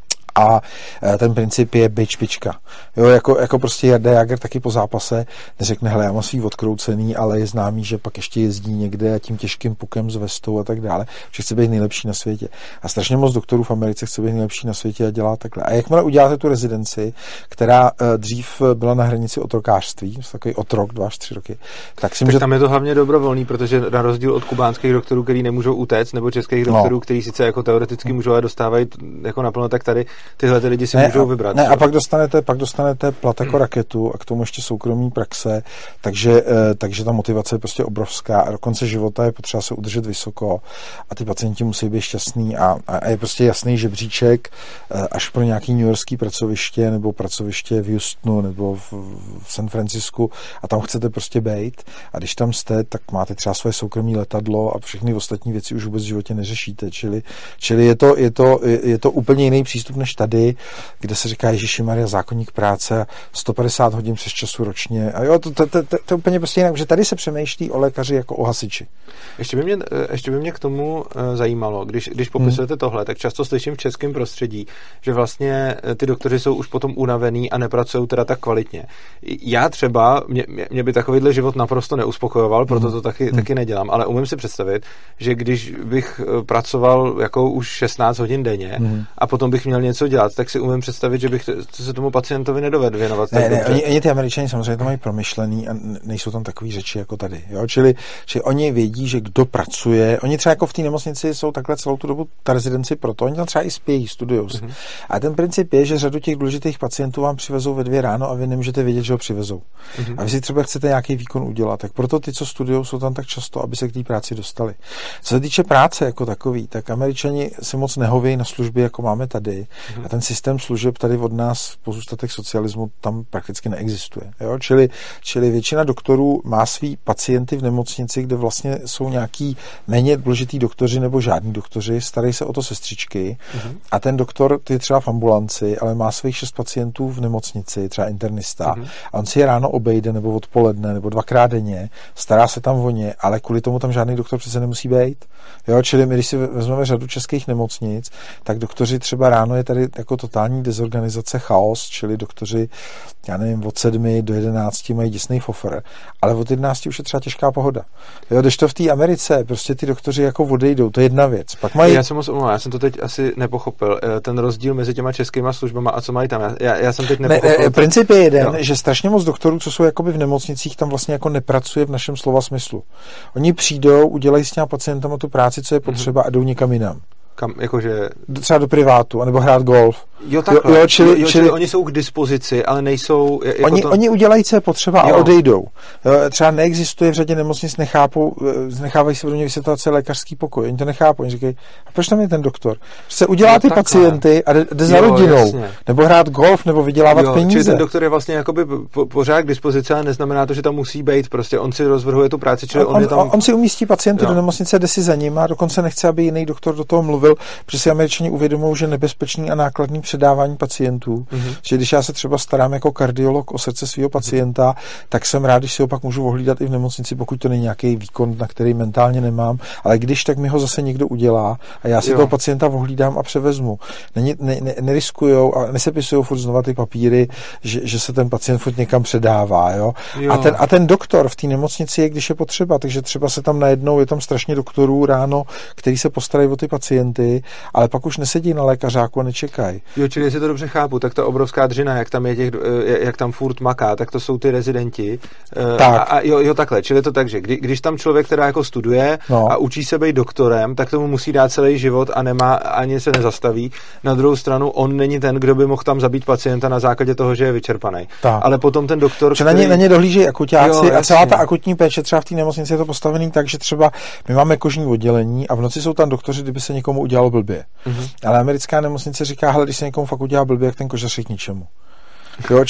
A ten princip je být špička. Jo, jako prostě Jarda Jágr taky po zápase neřekne, hele, já mám svý odkroucený, ale je známý, že pak ještě jezdí někde a tím těžkým pukem s vestou a tak dále, že chce být nejlepší na světě. A strašně moc doktorů v Americe chce být nejlepší na světě a dělá takhle. A jakmile uděláte tu rezidenci, která dřív byla na hranici otrokářství, takový otrok 2 až 3 roky, tak si můžete... tam je to hlavně dobrovolný, protože na rozdíl od kubánských doktorů, kteří nemůžou utéct, nebo českých doktorů, kteří sice jako teoreticky můžou, ale dostávají jako naplno, tak tady tyhle ty lidi si můžou vybrat. Ne, a pak dostanete plat jako raketu a k tomu ještě soukromí praxe, takže ta motivace je prostě obrovská a do konce života je potřeba se udržet vysoko a ty pacienti musí být šťastní a je prostě jasný žebříček až pro nějaký newyorský pracoviště nebo pracoviště v Houstonu nebo v San Francisku a tam chcete prostě bejt a když tam jste, tak máte třeba svoje soukromí letadlo a všechny ostatní věci už vůbec v životě neřešíte, čili je to úplně jiný přístup než tady, kde se říká Ježišimarja, zákoník práce, 150 hodin přes času ročně. A jo, to úplně prostě jinak, že tady se přemýšlí o lékaři jako o hasiči. Ještě by mě k tomu zajímalo, když popisujete tohle, tak často slyším v českém prostředí, že vlastně ty doktoři jsou už potom unavený a nepracují teda tak kvalitně. Já třeba, mě by takovýhle život naprosto neuspokojoval, proto to taky nedělám, ale umím si představit, že když bych pracoval jako už 16 hodin denně a potom bych měl něco dělat, tak si umím představit, že bych se tomu pacientovi nedovedl věnovat. Ne, oni ty Američani samozřejmě to mají promyšlený a nejsou tam takový řeči jako tady. Jo? Čili oni vědí, že kdo pracuje, oni třeba jako v té nemocnici jsou takhle celou tu dobu ta rezidenci proto, oni tam třeba i spějí, studují. A ten princip je, že řadu těch důležitých pacientů vám přivezou ve 2 ráno a vy nemůžete vědět, že ho přivezou. A vy si třeba chcete nějaký výkon udělat, tak proto ty, co studují, jsou tam tak často, aby se k té práci dostali. Co se týče práce jako takový, tak Američani se moc nehovějí na služby, jako máme tady. A ten systém služeb tady od nás v pozůstatech socialismu tam prakticky neexistuje. Jo? Čili většina doktorů má svý pacienty v nemocnici, kde vlastně jsou nějaký méně důležitý doktoři nebo žádní doktoři, starají se o to sestřičky a ten doktor, ty je třeba v ambulanci, ale má svých 6 pacientů v nemocnici, třeba internista a on si je ráno obejde nebo odpoledne nebo 2krát denně, stará se tam o ně, ale kvůli tomu tam žádný doktor přece nemusí být. Jo? Čili my, když si vezmeme řadu českých nemocnic, tak doktoři třeba ráno je tady měli jako totální dezorganizace, chaos, čili doktoři, já nevím, od 7 do 11 mají děsný fofr, ale od 11 už je třeba těžká pohoda. Jo, když to v té Americe, prostě ty doktoři jako odejdou, to je jedna věc. Pak mají... Já se moc omlouvám, já jsem to teď asi nepochopil. Ten rozdíl mezi těma českýma službama a co mají tam. Já jsem teď nepochopil. Princip je jeden, že strašně moc doktorů, co jsou jakoby v nemocnicích, tam vlastně jako nepracuje v našem slova smyslu. Oni přijdou, udělají s těma pacientama tu práci, co je potřeba a jdou někam jinam. Kam, jakože... Třeba do privátu, anebo hrát golf. Jo, takhle. Jo, čili oni jsou k dispozici, ale nejsou... Jako oni udělají, co je potřeba a odejdou. Jo, třeba neexistuje v řadě nemocnic, nechávají se pro ně vysvětlovat celý lékařský pokoj. Oni to nechápou. Oni říkají, a proč tam je ten doktor? Se udělá ty pacienty a jde za rodinou. Jasně. Nebo hrát golf, nebo vydělávat peníze. Čili ten doktor je vlastně jakoby pořád k dispozici, ale neznamená to, že tam musí být. Prostě on si rozvrhuje tu práci, čili on si umístí pacienty do nemocnice, jde si za ním a dokonce nechce, aby jiný doktor do toho mluvil, protože si Američani uvědomují, že nebezpečný a nákladný předávání pacientů. Že když já se třeba starám jako kardiolog o srdce svého pacienta, tak jsem rád, když si ho pak můžu ohlídat i v nemocnici, pokud to není nějaký výkon, na který mentálně nemám, ale když, tak mi ho zase někdo udělá a já si toho pacienta ohlídám a převezmu. Neriskujou a nesepisujou furt znova ty papíry, že se ten pacient furt někam předává. Jo? A ten doktor v té nemocnici je, když je potřeba, takže třeba se tam najednou, je tam strašně doktorů ráno, který se postarají o ty pacienty, ale pak už nesedí na lékařáku a nečekají. Jo, čili jestli to dobře chápu, tak ta obrovská dřina, jak tam furt maká, tak to jsou ty rezidenti. Tak. Jo, takhle. Čili to tak, že když tam člověk, která jako studuje a učí se být doktorem, tak tomu musí dát celý život a nemá, ani se nezastaví. Na druhou stranu, on není ten, kdo by mohl tam zabít pacienta na základě toho, že je vyčerpaný. Ale potom ten doktor, na ně dohlížejí akuťáci a celá ta akutní péče třeba v té nemocnici je to postavený tak, že třeba my máme kožní oddělení a v noci jsou tam doktoři, kdyby se někomu udělalo blbě. Ale americká nemocnice říká, hele, když se někomu fakt udělá blbě, jak ten kožař je k ničemu. Jo,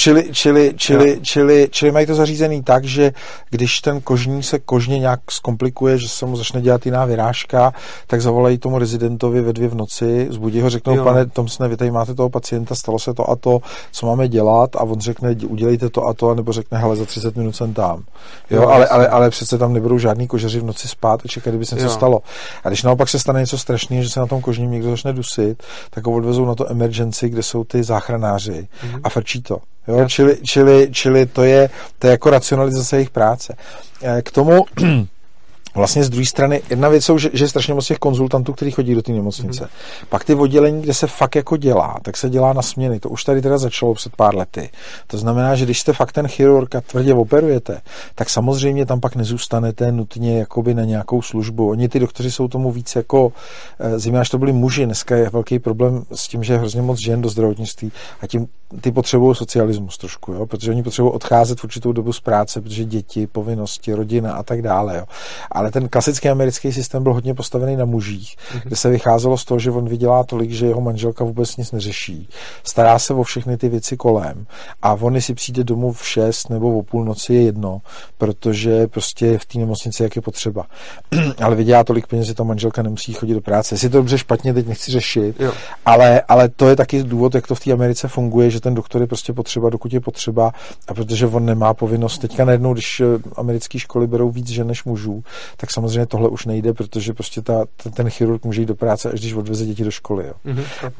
čili mají to zařízený tak, že když ten kožní se kožně nějak zkomplikuje, že se mu začne dělat jiná vyrážka, tak zavolají tomu rezidentovi ve 2 v noci, zbudí ho, řeknou, pane Thompsone, vy tady máte toho pacienta, stalo se to a to, co máme dělat, a on řekne, udělejte to a to, nebo řekne, hele, za 30 minut jsem tam. Jo, ale přece tam nebudou žádný kožaři v noci spát a čekat, kdyby se něco stalo. A když naopak se stane něco strašného, že se na tom kožním někdo začne dusit, tak ho odvezou na to emergency, kde jsou ty záchranáři a frčí to. Jo, čili to je jako racionalizace jejich práce. K tomu vlastně z druhé strany, jedna věc jsou, že je strašně moc těch konzultantů, kteří chodí do té nemocnice. Pak ty oddělení, kde se fakt jako dělá, tak se dělá na směny. To už tady teda začalo před pár lety. To znamená, že když jste fakt ten chirurg a tvrdě operujete, tak samozřejmě tam pak nezůstanete nutně jakoby na nějakou službu. Oni ty doktoři jsou tomu víc jako, zejména až to byli muži, dneska je velký problém s tím, že je hrozně moc žen do zdravotnictví a tím ty potřebují socialismus trošku, jo? Protože oni potřebují odcházet v určitou dobu z práce, protože děti, povinnosti, rodina a tak dále. Jo? Ale ten klasický americký systém byl hodně postavený na mužích, kde se vycházelo z toho, že on vydělá tolik, že jeho manželka vůbec nic neřeší. Stará se o všechny ty věci kolem a on si přijde domů v 6 nebo o půlnoci je jedno, protože prostě v té nemocnici jak je potřeba. Ale vydělá tolik peněz, že ta manželka nemusí chodit do práce. Jestli to dobře špatně, teď nechci řešit, ale to je taky důvod, jak to v té Americe funguje, že ten doktor je prostě potřeba, dokud je potřeba, a protože on nemá povinnost. Teďka najednou, když americké školy berou víc žen než mužů, tak samozřejmě tohle už nejde, protože prostě ten chirurg může jít do práce, až když odveze děti do školy. Jo.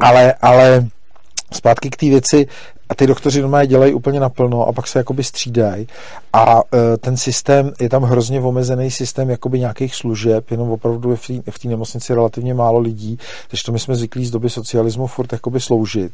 Ale zpátky k té věci, a ty doktoři normálně dělají úplně naplno a pak se jakoby střídají a ten systém, je tam hrozně omezený systém jakoby nějakých služeb, jenom opravdu je v té nemocnici relativně málo lidí, takže to my jsme zvyklí z doby socialismu furt jakoby sloužit.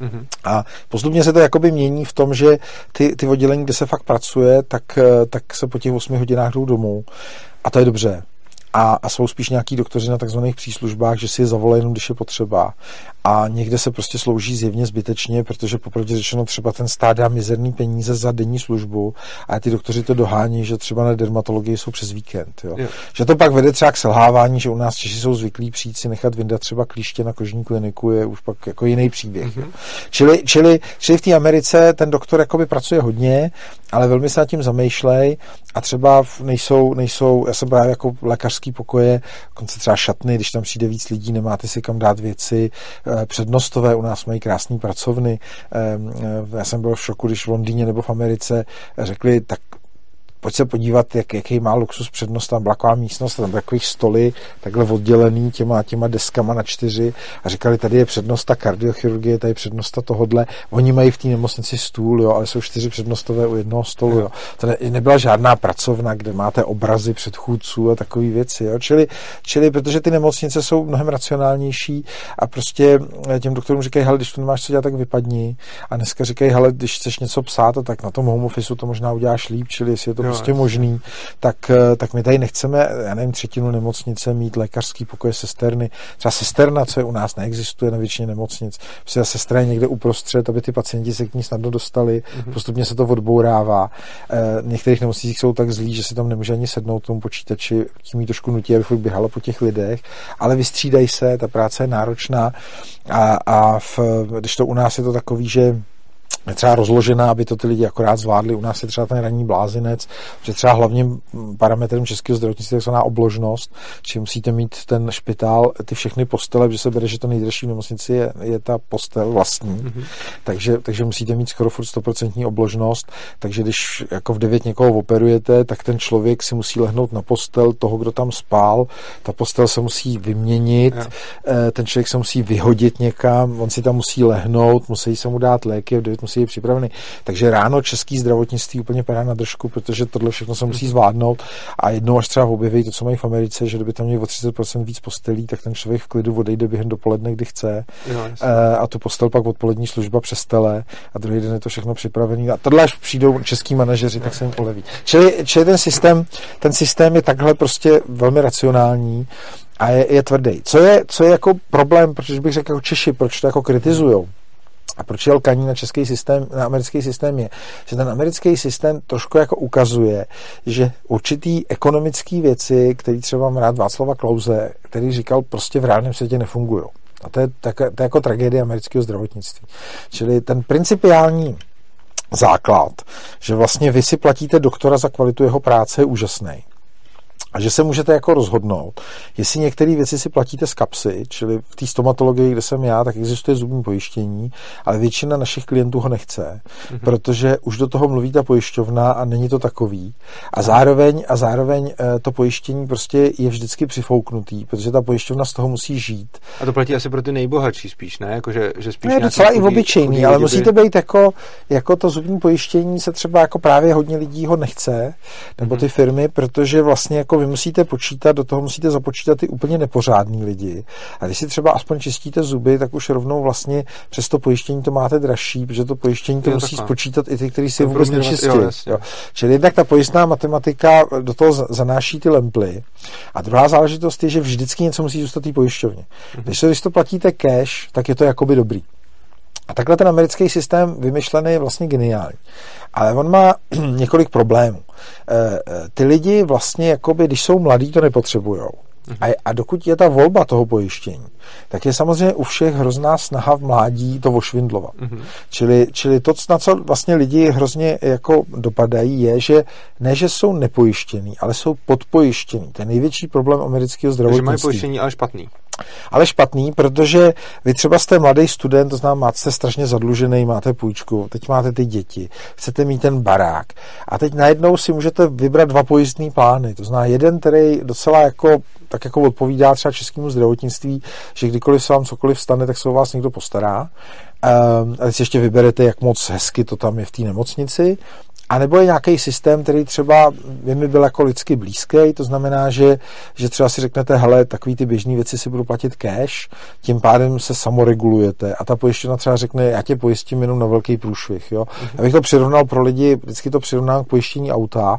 A postupně se to jakoby mění v tom, že ty oddělení, kde se fakt pracuje, tak se po těch 8 hodinách jdou domů a to je dobře. A jsou spíš nějaký doktoři na takzvaných příslužbách, že si je zavolají jenom, když je potřeba. A někde se prostě slouží zjevně zbytečně, protože popravdě řečeno třeba ten stát dá mizerný peníze za denní službu a ty doktoři to dohání, že třeba na dermatologii jsou přes víkend. Jo. Že to pak vede třeba k selhávání, že u nás Češi jsou zvyklí přijít si nechat vyndat třeba klíště na kožní kliniku, je už pak jako jiný příběh. Čili v té Americe ten doktor jakoby pracuje hodně, ale velmi se nad tím zamýšlej a třeba nejsou, já jsem právě jako lékařský pokoje, konce třeba šatny, když tam přijde víc lidí, nemáte si kam dát věci, přednostové, u nás mají krásný pracovny. Já jsem byl v šoku, když v Londýně nebo v Americe řekli, tak pojď se podívat, jaký má luxus přednost, tam blaková místnost, tam takových stoly, takhle oddělený těma deskama na 4 a říkali, tady je přednost ta kardiochirurgie, tady je přednost tohodle. Oni mají v té nemocnici stůl, jo, ale jsou 4 přednostové u jednoho stolu, jo. To nebyla žádná pracovna, kde máte obrazy předchůdců a takové věci, jo. Čili protože ty nemocnice jsou mnohem racionálnější a prostě těm doktorům říkají, hele, když tu nemáš co dělat, tak vypadni. A dneska říkají, hele, když chceš něco psát, tak na tom home officeu to možná uděláš líp, čili jestli je to prostě možný, tak my tady nechceme, já nevím, 1/3 nemocnice mít lékařský pokoje, sesterny. Třeba sesterna, co je u nás, neexistuje na většině nemocnic. Prostě sestra je někde uprostřed, aby ty pacienti se k ní snadno dostali. Postupně se to odbourává. V některých nemocnicích jsou tak zlí, že si tam nemůže ani sednout tomu počítači, tím jí trošku nutí, aby furt běhala po těch lidech, ale vystřídají se, ta práce je náročná když to u nás je to takový, že je třeba rozložená, aby to ty lidi akorát zvládli. U nás je třeba ten ranní blázinec, protože třeba hlavním parametrem českého zdravotnictví je takzvaná obložnost, že musíte mít ten špitál, ty všechny postele, protože se bere, že to nejdražší v nemocnici je ta postel vlastní, takže musíte mít skoro furt 100% obložnost, takže když jako v 9 někoho operujete, tak ten člověk si musí lehnout na postel toho, kdo tam spál, ta postel se musí vyměnit, ten člověk se musí vyhodit někam, on si tam musí lehnout, musí se mu dát léky, v 9 musí být připravený. Takže ráno český zdravotnictví úplně padá na držku, protože tohle všechno se musí zvládnout a jednou až třeba objeví to, co mají v Americe, že kdyby tam měli o 30% víc postelí, tak ten člověk v klidu odejde během dopoledne, kdy chce. A tu postel pak odpolední služba přestele a druhý den je to všechno připravený. A tohle až přijdou český manažeři, tak se jim poleví. Čili ten systém je takhle prostě velmi racionální a je tvrdý. Co je jako problém, protože bych řekl jako Češi, proč to jako kritizujou? A proč je lkaní na český systém, na americký systém je, že ten americký systém trošku jako ukazuje, že určitý ekonomický věci, který třeba mám rád Václava Klause, který říkal, prostě v reálném světě nefungují. A to je jako tragédie amerického zdravotnictví. Čili ten principiální základ, že vlastně vy si platíte doktora za kvalitu jeho práce, je úžasný. A že se můžete jako rozhodnout, jestli některé věci si platíte z kapsy, čili v té stomatologii, kde jsem já, tak existuje zubní pojištění, ale většina našich klientů ho nechce, protože už do toho mluví ta pojišťovna a není to takový. A zároveň to pojištění prostě je vždycky přifouknutý, protože ta pojišťovna z toho musí žít. A to platí asi pro ty nejbohatší spíš, ne? Jako, že spíš ne, docela i obyčejný, ale musíte být jako to zubní pojištění se třeba jako právě hodně lidí ho nechce, nebo ty firmy, protože vlastně jako vy musíte počítat, do toho musíte započítat ty úplně nepořádní lidi. A když si třeba aspoň čistíte zuby, tak už rovnou vlastně přes to pojištění to máte dražší, protože to pojištění to musí spočítat i ty, kteří si vůbec nečistí. Čili jednak ta pojistná matematika do toho zanáší ty lemply. A druhá záležitost je, že vždycky něco musí zůstat té pojišťovně. Když to platíte cash, tak je to jakoby dobrý. A takhle ten americký systém vymyšlený je vlastně geniální. Ale on má několik problémů. Ty lidi vlastně, jakoby, když jsou mladí, to nepotřebujou. A dokud je ta volba toho pojištění, tak je samozřejmě u všech hrozná snaha v mládí to ošvindlovat. Čili to, na co vlastně lidi hrozně jako dopadají, je, že ne, že jsou nepojištění, ale jsou podpojištění. To je největší problém amerického zdravotnictví. Takže mají pojištění, ale špatný. Ale špatný, protože vy třeba jste mladý student, to znamená, jste strašně zadlužený, máte půjčku, teď máte ty děti, chcete mít ten barák a teď najednou si můžete vybrat 2 pojistný plány, to znamená jeden, který docela tak jako odpovídá třeba českému zdravotnictví, že kdykoliv se vám cokoliv stane, tak se o vás někdo postará. A teď si ještě vyberete, jak moc hezky to tam je v té nemocnici. A nebo je nějaký systém, který třeba mi byl jako lidsky blízký, to znamená, že třeba si řeknete, hele, takový ty běžné věci si budu platit cash, tím pádem se samoregulujete a ta pojišťovna třeba řekne, já tě pojistím jenom na velký průšvih. Jo? Abych to přirovnal pro lidi, vždycky to přirovnám k pojištění auta,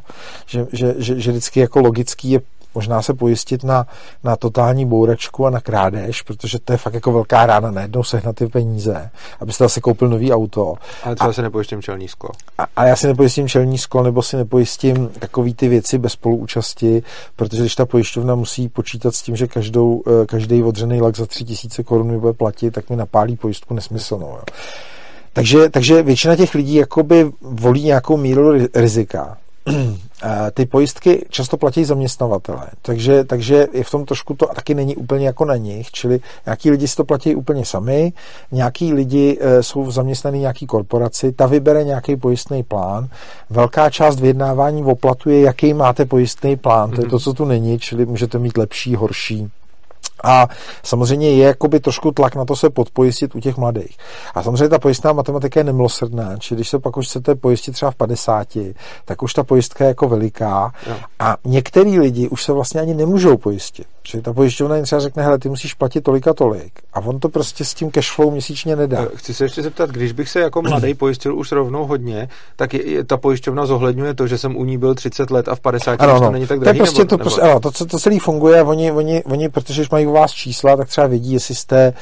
že vždycky jako logický je možná se pojistit na totální bouračku a na krádež, protože to je fakt jako velká rána, najednou sehnat ty peníze, abyste zase koupil nový auto. Ale třeba si nepojistím čelní sklo. A já si nepojistím čelní sklo, nebo si nepojistím takový ty věci bez spoluúčasti, protože když ta pojišťovna musí počítat s tím, že každý odřený lak za 3000 korun mi bude platit, tak mi napálí pojistku nesmyslnou. Jo. Takže většina těch lidí jakoby volí nějakou míru rizika. ty pojistky často platí zaměstnavatele, takže je v tom trošku to taky není úplně jako na nich, čili nějaký lidi si to platí úplně sami, nějaký lidi jsou zaměstnaný nějaký korporaci, ta vybere nějaký pojistný plán, velká část vyjednávání o platu je, jaký máte pojistný plán, to je to, co tu není, čili můžete mít lepší, horší. A samozřejmě je jakoby trošku tlak na to se podpojistit u těch mladých. A samozřejmě ta pojistná matematika je nemilosrdná, čili když se pak už chcete pojistit třeba v 50, tak už ta pojistka je jako veliká a některý lidi už se vlastně ani nemůžou pojistit. Čili ta pojišťovna jim třeba řekne, hele, ty musíš platit tolik a tolik. A on to prostě s tím cashflow měsíčně nedá. Chci se ještě zeptat, když bych se jako mladý pojistil už rovnou hodně, tak ta pojišťovna zohledňuje to, že jsem u ní byl 30 let a v 50 to není tak drahý. To celý funguje, oni, protože mají u vás čísla, tak třeba vědí, jestli jste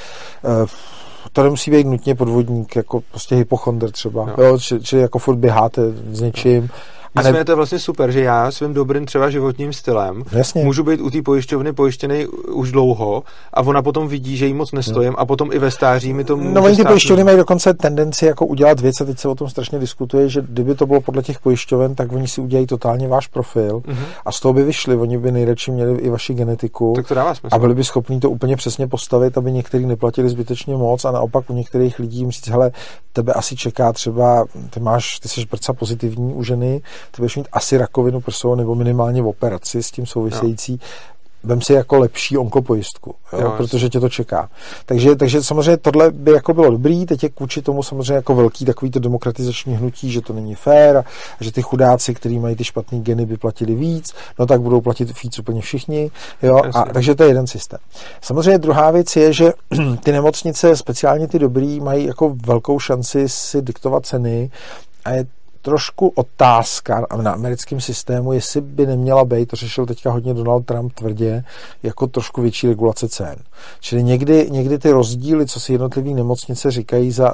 to nemusí být nutně podvodník, jako prostě hypochondr třeba, jo, či jako furt běháte s něčím. Myslím, to je vlastně super, že já svým dobrým třeba životním stylem můžu být u té pojišťovny pojištěný už dlouho a ona potom vidí, že jí moc nestojím a potom i ve stáří mi to může No oni ty pojišťovny mají dokonce tendenci jako udělat věc a teď se o tom strašně diskutuje, že kdyby to bylo podle těch pojišťoven, tak oni si udělají totálně váš profil a z toho by vyšli, oni by nejradši měli i vaši genetiku tak to dává smysl. A byli by schopní to úplně přesně postavit, aby někteří neplatili zbytečně moc a naopak u některých lidí musí říct, hele, tebe asi čeká třeba, ty jsi prca pozitivní u ženy, ty budeš mít asi rakovinu prsou nebo minimálně operaci s tím související. Vem si jako lepší onkopojistku, protože tě to čeká. Takže samozřejmě tohle by jako bylo dobrý, teď je vůči tomu samozřejmě jako velký takový to demokratizační hnutí, že to není fér a že ty chudáci, kteří mají ty špatný geny, by platili víc, no tak budou platit víc úplně všichni, jo, a takže to je jeden systém. Samozřejmě druhá věc je, že ty nemocnice, speciálně ty dobrý, mají jako velkou šanci si diktovat ceny a je trošku otázka na americkém systému, jestli by neměla být, to řešil teďka hodně Donald Trump tvrdě, jako trošku větší regulace cen. Čili někdy ty rozdíly, co si jednotlivý nemocnice říkají za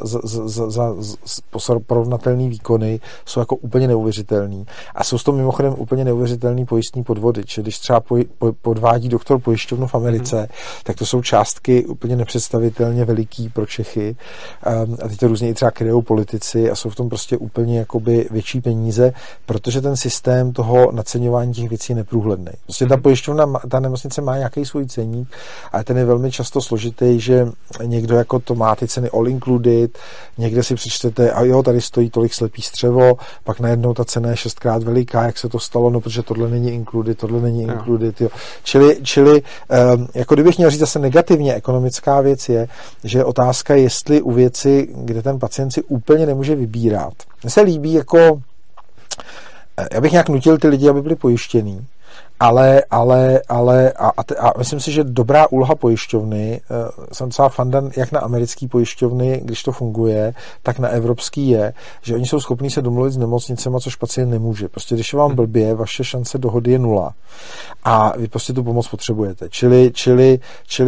porovnatelný výkony, jsou jako úplně neuvěřitelný. A jsou to mimochodem úplně neuvěřitelný pojistný podvody. Čili když třeba podvádí doktor pojišťovnu v Americe, tak to jsou částky úplně nepředstavitelně veliký pro Čechy. A teď to různě i třeba kryjou politici a jsou v tom prostě úplně jakoby větší peníze, protože ten systém toho naceňování těch věcí je neprůhledný. Prostě ta pojišťovna, ta nemocnice má nějaký svůj ceník, ale ten je velmi často složitý, že někdo jako to má ty ceny all included, někde si přečtete, a jo, tady stojí tolik slepý střevo, pak najednou ta cena je 6x veliká, jak se to stalo, no protože tohle není included, tohle není included, jo. Čili jako kdybych měl říct zase negativně, ekonomická věc je, že otázka, jestli u věci, kde ten pacient si úplně nemůže vybírat. Mně se líbí jako, já bych nějak nutil ty lidi, aby byli pojištěný, ale myslím si, že dobrá úloha pojišťovny, jsem docela fandan jak na americký pojišťovny, když to funguje, tak na evropský je, že oni jsou schopní se domluvit s nemocnicema, což pacient nemůže. Prostě když je vám blbě, vaše šance dohody je 0 a vy prostě tu pomoc potřebujete. Čili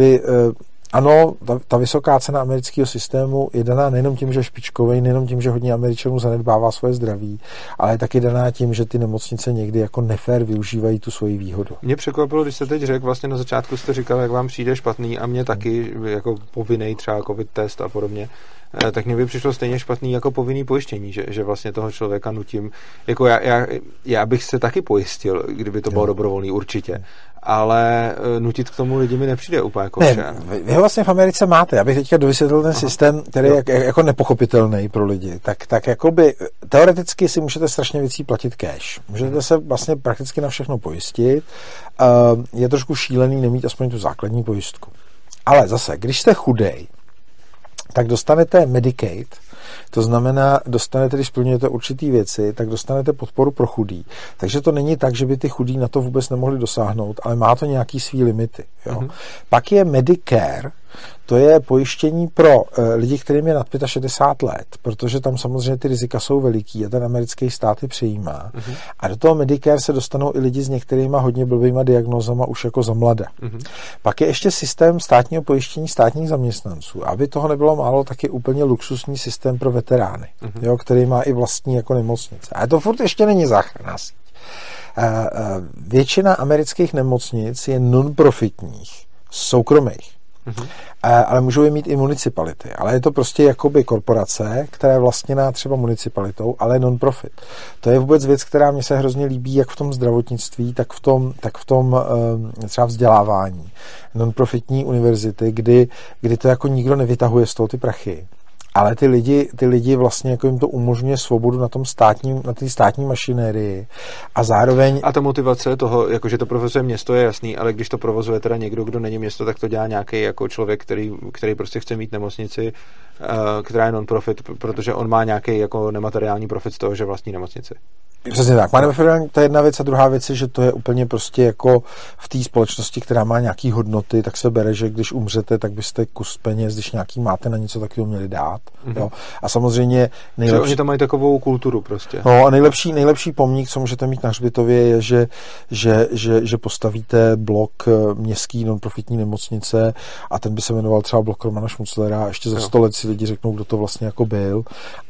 ano, ta vysoká cena amerického systému je daná nejenom tím, že je špičkovej, nejenom tím, že hodně Američanů zanedbává svoje zdraví, ale je taky daná tím, že ty nemocnice někdy jako nefér využívají tu svoji výhodu. Mě překvapilo, když jste teď řekl, vlastně na začátku jste říkal, jak vám přijde špatný a mě taky jako povinný třeba covid test a podobně, tak mně by přišlo stejně špatný jako povinný pojištění, že vlastně toho člověka nutím, jako já bych se taky pojistil, kdyby to bylo dobrovolný určitě, ale nutit k tomu lidi mi nepřijde úplně jako ne, vy ho vlastně v Americe máte, já bych teďka dovysvětlil ten systém, který je jako nepochopitelný pro lidi, tak jakoby teoreticky si můžete strašně věcí platit cash, můžete se vlastně prakticky na všechno pojistit, je trošku šílený nemít aspoň tu základní pojistku, ale zase, když jste chudej, tak dostanete Medicaid, to znamená, když splňujete určitý věci, tak dostanete podporu pro chudý. Takže to není tak, že by ty chudí na to vůbec nemohli dosáhnout, ale má to nějaký svý limity. Jo. Pak je Medicare, to je pojištění pro lidi, kterým je nad 65 let, protože tam samozřejmě ty rizika jsou veliký a ten americký stát je přejímá. A do toho Medicare se dostanou i lidi s některýma hodně blbýma diagnózama už jako za mlada. Pak je ještě systém státního pojištění státních zaměstnanců. Aby toho nebylo málo, tak je úplně luxusní systém pro veterány, jo, který má i vlastní jako nemocnice. A to furt ještě není záchranná síť. Většina amerických nemocnic je non-profitních, soukromých. Ale můžou je mít i municipality. Ale je to prostě jakoby korporace, která je vlastněná třeba municipalitou, ale non-profit. To je vůbec věc, která mně se hrozně líbí, jak v tom zdravotnictví, tak v tom třeba vzdělávání. Non-profitní univerzity, kdy to jako nikdo nevytahuje z toho ty prachy. Ale ty lidi vlastně jako jim to umožňuje svobodu na té státní mašinérii a zároveň... A ta motivace toho, jakože to provozuje město, je jasný, ale když to provozuje teda někdo, kdo není město, tak to dělá nějaký jako člověk, který prostě chce mít nemocnici, která je non-profit, protože on má nějaký jako nemateriální profit z toho, že vlastní nemocnici. Přesně tak. Má nemateriální, to je jedna věc a druhá věc je, že to je úplně prostě jako v té společnosti, která má nějaký hodnoty, tak se bere, že když umřete, tak byste kus peněz, když nějaký máte na něco takového měli dát. Jo? A samozřejmě nejlepší... Oni tam mají takovou kulturu prostě. No a nejlepší pomník, co můžete mít na hřbitově, je, že postavíte blok městský non-profitní nemocnice a ten by se jmenoval třeba blok Romana Šmuclera a ještě za 100 let si lidi řeknou, kdo to vlastně jako byl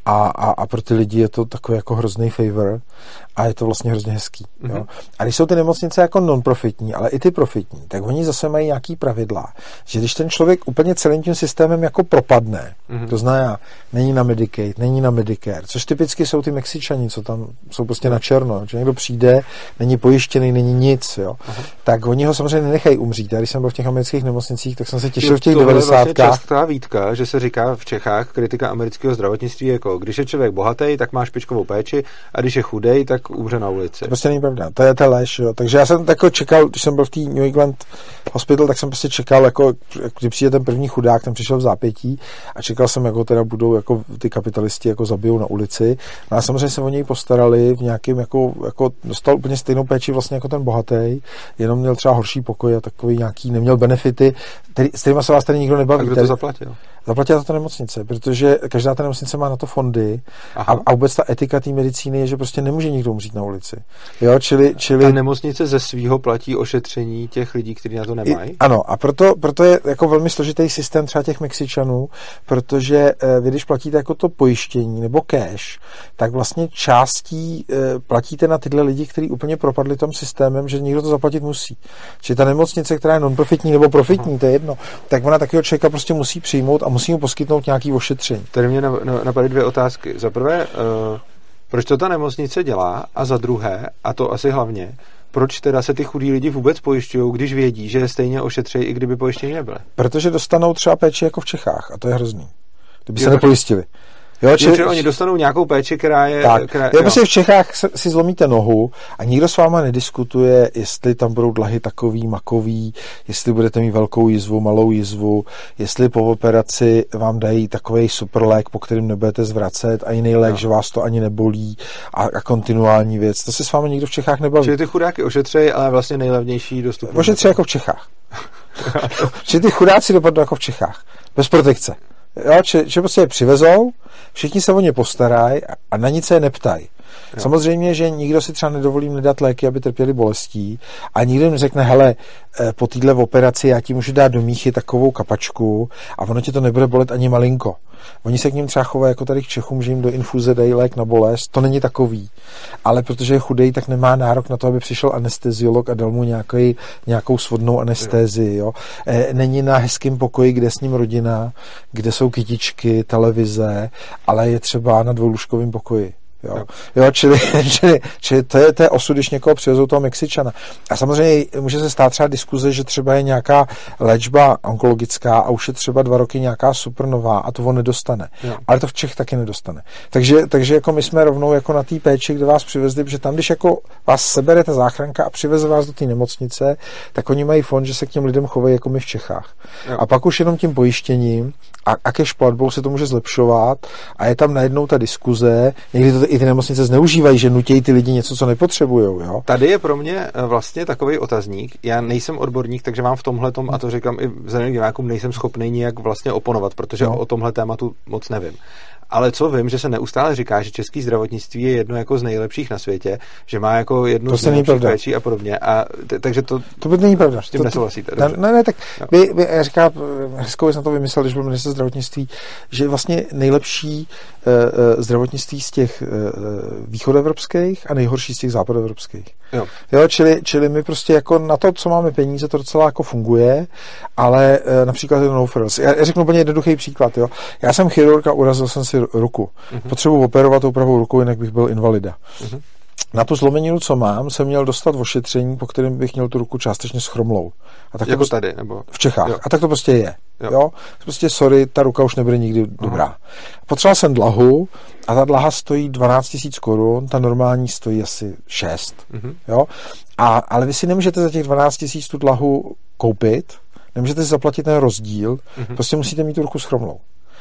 a pro ty lidi je to takový jako hrozný favor a je to vlastně hrozně hezký. Jo? A když jsou ty nemocnice jako non-profitní, ale i ty profitní, tak oni zase mají nějaký pravidla, že když ten člověk úplně celým tím systémem jako propadne, to znamená, není na Medicaid, není na Medicare, což typicky jsou ty Mexičani, co tam jsou prostě na černo, že někdo přijde, není pojištěný, není nic, jo? Tak oni ho samozřejmě nenechají umřít. Já když jsem byl v těch amerických nemocnicích, tak jsem se těšil v těch 90kách. To je vlastně častá výtka, že se říká v Čechách, kritika amerického zdravotnictví jako, když je člověk bohatý, tak má špičkovou péči a když je chudej, tak umře na ulici. To prostě není pravda. To je lež, jo. Takže já jsem jako čekal, když jsem byl v té New England Hospital, tak jsem prostě čekal, jako když přijde ten první chudák, ten přišel v zápětí a čekal jsem, jako teda budou jako ty kapitalisti jako zabijou na ulici. No a samozřejmě se o něj postarali v nějakým jako dostal úplně stejnou péči vlastně jako ten bohatý, jenom měl třeba horší pokoj a takový nějaký, neměl benefity, s kterýma se vás tady nikdo nebaví. A kdo to zaplatil? Zaplatila to nemocnice, protože každá ta nemocnice má na to fondy a vůbec ta etika té medicíny je, že prostě nemůže nikdo umřít na ulici. Jo, čili... A nemocnice ze svýho platí ošetření těch lidí, kteří na to nemají? Ano, a proto je jako velmi složitý systém třeba těch Mexičanů, protože vy, když platíte jako to pojištění nebo cash, tak vlastně částí platíte na tyhle lidi, kteří úplně propadli tom systémem, že někdo to zaplatit musí. Čili ta nemocnice, která je non-profitní nebo profitní, to je jedno, tak ona takového člověka prostě musí přijmout a musí mu poskytnout nějaký ošetření. Tady mě napadaly dvě otázky. Za prvé, proč to ta nemocnice dělá? A za druhé, a to asi hlavně, proč teda se ty chudí lidi vůbec pojišťují, když vědí, že je stejně ošetří, i kdyby pojištění nebyly? Protože dostanou třeba péči jako v Čechách a to je hrozný. Kdyby se nepojistili. Jo, čili oni dostanou nějakou péči, která je... Tak, prostě v Čechách si zlomíte nohu a nikdo s váma nediskutuje, jestli tam budou dlahy takový, makový, jestli budete mít velkou jizvu, malou jizvu, jestli po operaci vám dají takovej super lék, po kterým nebudete zvracet a jiný lék, že vás to ani nebolí a kontinuální věc. To se s vámi nikdo v Čechách nebaví. Čili ty chudáky ošetřejí, ale vlastně nejlevnější dostupný. Ošetří jako v Čechách. Čili ty chudáci dopadnou jako v Čechách. Bez protekce. Jo, že prostě je přivezou, všichni se o ně postarají a na nic se je neptají. Jo. Samozřejmě, že nikdo si třeba nedovolí nedat léky, aby trpěli bolestí a nikdo jim řekne, hele, po téhle operaci já ti můžu dát do míchy takovou kapačku a ono ti to nebude bolet ani malinko. Oni se k ním třeba chovají jako tady k Čechům, že jim do infuze dají lék na bolest, to není takový. Ale protože je chudej, tak nemá nárok na to, aby přišel anesteziolog a dal mu nějakou svodnou anestézii. Jo. Není na hezkém pokoji, kde s ním rodina, kde jsou kytičky, televize, ale je třeba na dvoulůžkovém pokoji. Jo, čili to je osud, když někoho přivezou toho Mexičana. A samozřejmě může se stát třeba diskuze, že třeba je nějaká léčba onkologická a už je třeba 2 roky nějaká supernová a to on nedostane. Jo. Ale to v Čech taky nedostane. Takže jako my jsme rovnou jako na té péči, kde vás přivezli, protože tam, když jako vás sebere ta záchranka a přiveze vás do té nemocnice, tak oni mají fond, že se k těm lidem chovají jako my v Čechách. Jo. A pak už jenom tím pojištěním a cash platbou se to může zlepšovat a je tam najednou ta diskuze, někdy to i ty nemocnice zneužívají, že nutějí ty lidi něco, co nepotřebujou. Jo? Tady je pro mě vlastně takový otazník. Já nejsem odborník, takže vám v tomhletom, a to říkám i vzhledem k divákům, nejsem schopný nijak vlastně oponovat, protože o tomhle tématu moc nevím. Ale co vím, že se neustále říká, že český zdravotnictví je jedno jako z nejlepších na světě, že má jako jednu z nejlepších péčí a podobně. A takže to není pravda. S tím nesouhlasíte. Ne, tak by říká, hezkou věc na to vymyslel, když byl ministr zdravotnictví, že vlastně nejlepší zdravotnictví z těch východoevropských a nejhorší z těch západoevropských. Jo, čili my prostě jako na to, co máme peníze, to docela jako funguje, ale například no frills. Já řeknu úplně jednoduchý příklad. Jo. Já jsem chirurg a urazil jsem si ruku. Potřebuji operovat tou pravou rukou, jinak bych byl invalida. Na tu zlomeninu, co mám, jsem měl dostat ošetření, po kterém bych měl tu ruku částečně schromlou. A tak jako tady, nebo? V Čechách. Jo. A tak to prostě je. Jo. Prostě sorry, ta ruka už nebude nikdy dobrá. Potřeboval jsem dlahu a ta dlaha stojí 12 000 korun, ta normální stojí asi 6. Jo. Ale vy si nemůžete za těch 12 000 tu dlahu koupit, nemůžete si zaplatit ten rozdíl, prostě musíte mít tu ruku schromlou.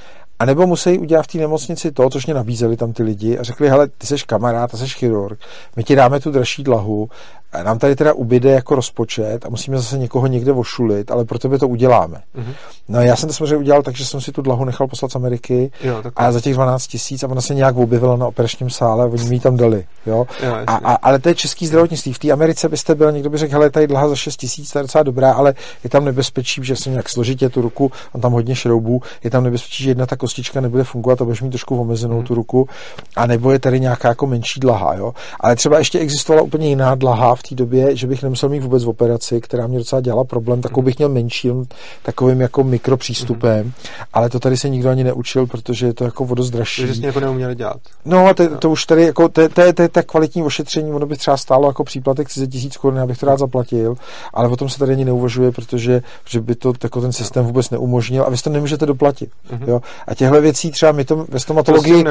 A nebo musí udělat v té nemocnici to, což mě nabízeli tam ty lidi a řekli, hele, ty seš kamarád, ty seš chirurg, my ti dáme tu dražší dlahu, a nám tady teda ubyde jako rozpočet a musíme zase někoho někde ošulit, ale pro tebe to uděláme. No já jsem to samozřejmě udělal tak, že jsem si tu dlahu nechal poslat z Ameriky a za těch 12 000 a ona se nějak objevila na operačním sále a oni mi ji tam dali. Jo? Ale to je český zdravotnictví. V té Americe byste byl, někdo by řekl, hele, tady dlaha za 6 000, to je docela dobrá, ale je tam nebezpečí, že se nějak složitě tu ruku, on tam hodně šroubů, je tam nebezpečí, že jedna ta kostička nebude fungovat a budeš mít trošku omezenou tu ruku, a nebo je tady nějaká jako menší dlaha. Jo? Ale třeba ještě existovala úplně jiná dlaha v té době, že bych nemusel mít vůbec v operaci, která mě docela dělala problém, takovou bych měl menší, takovým jako mikropřístupem, ale to tady se nikdo ani neučil, protože je to jako o dost dražší. Takže jsi jako neuměli dělat. No a to už tady jako, to je tak kvalitní ošetření, ono by třeba stálo jako příplatek 30 000 korun, já bych to rád zaplatil, ale o tom se tady ani neuvažuje, protože by to jako ten systém vůbec neumožnil a vy to nemůžete doplatit. Jo? A těchto věcí třeba my to ve stomatologii,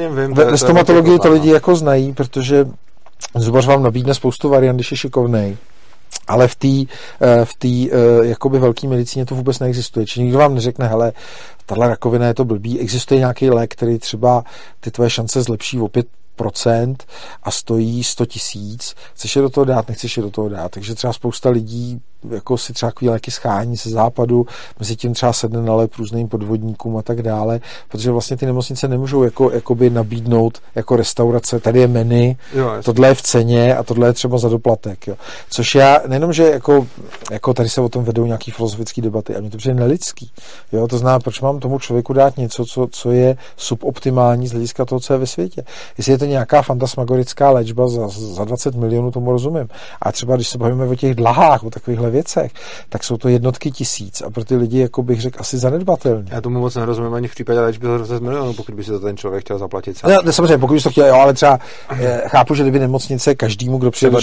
ve stomatologii to lidi jako znají, protože zubař vám nabídne spoustu variant, když je šikovnej. Ale v té jakoby velké medicíně to vůbec neexistuje. Či nikdo vám neřekne, hele, tahle rakovina je to blbý, existuje nějaký lék, který třeba ty tvoje šance zlepší o 5% a stojí 100 000. Chceš je do toho dát, nechceš je do toho dát. Takže třeba spousta lidí jako si třeba takový léky schání ze západu, mezi tím třeba sedne na lep různým podvodníkům a tak dále, protože vlastně ty nemocnice nemůžou jakoby nabídnout jako restaurace, tady je menu, tohle je v ceně a tohle je třeba za doplatek. Jo. Což já, nejenom, že jako tady se o tom vedou nějaký filozofické debaty, a mě to přijde nelidský. Jo, to znamená, proč mám tomu člověku dát něco, co je suboptimální z hlediska toho, co je ve světě. Jestli je to nějaká fantasmagorická léčba za 20 milionů, tomu rozumím. A třeba když se bavíme o těch dlahách, o takovýchhle věcech, tak jsou to jednotky tisíc a pro ty lidi, jako bych řekl, asi zanedbatelně. Já tomu moc nerozumím ani v případě léčby za 20 milionů, pokud by si to ten člověk chtěl zaplatit sám. No, samozřejmě, pokud bys to chtěl, jo, ale třeba chápu, že kdyby nemocnice každému, kdo přijde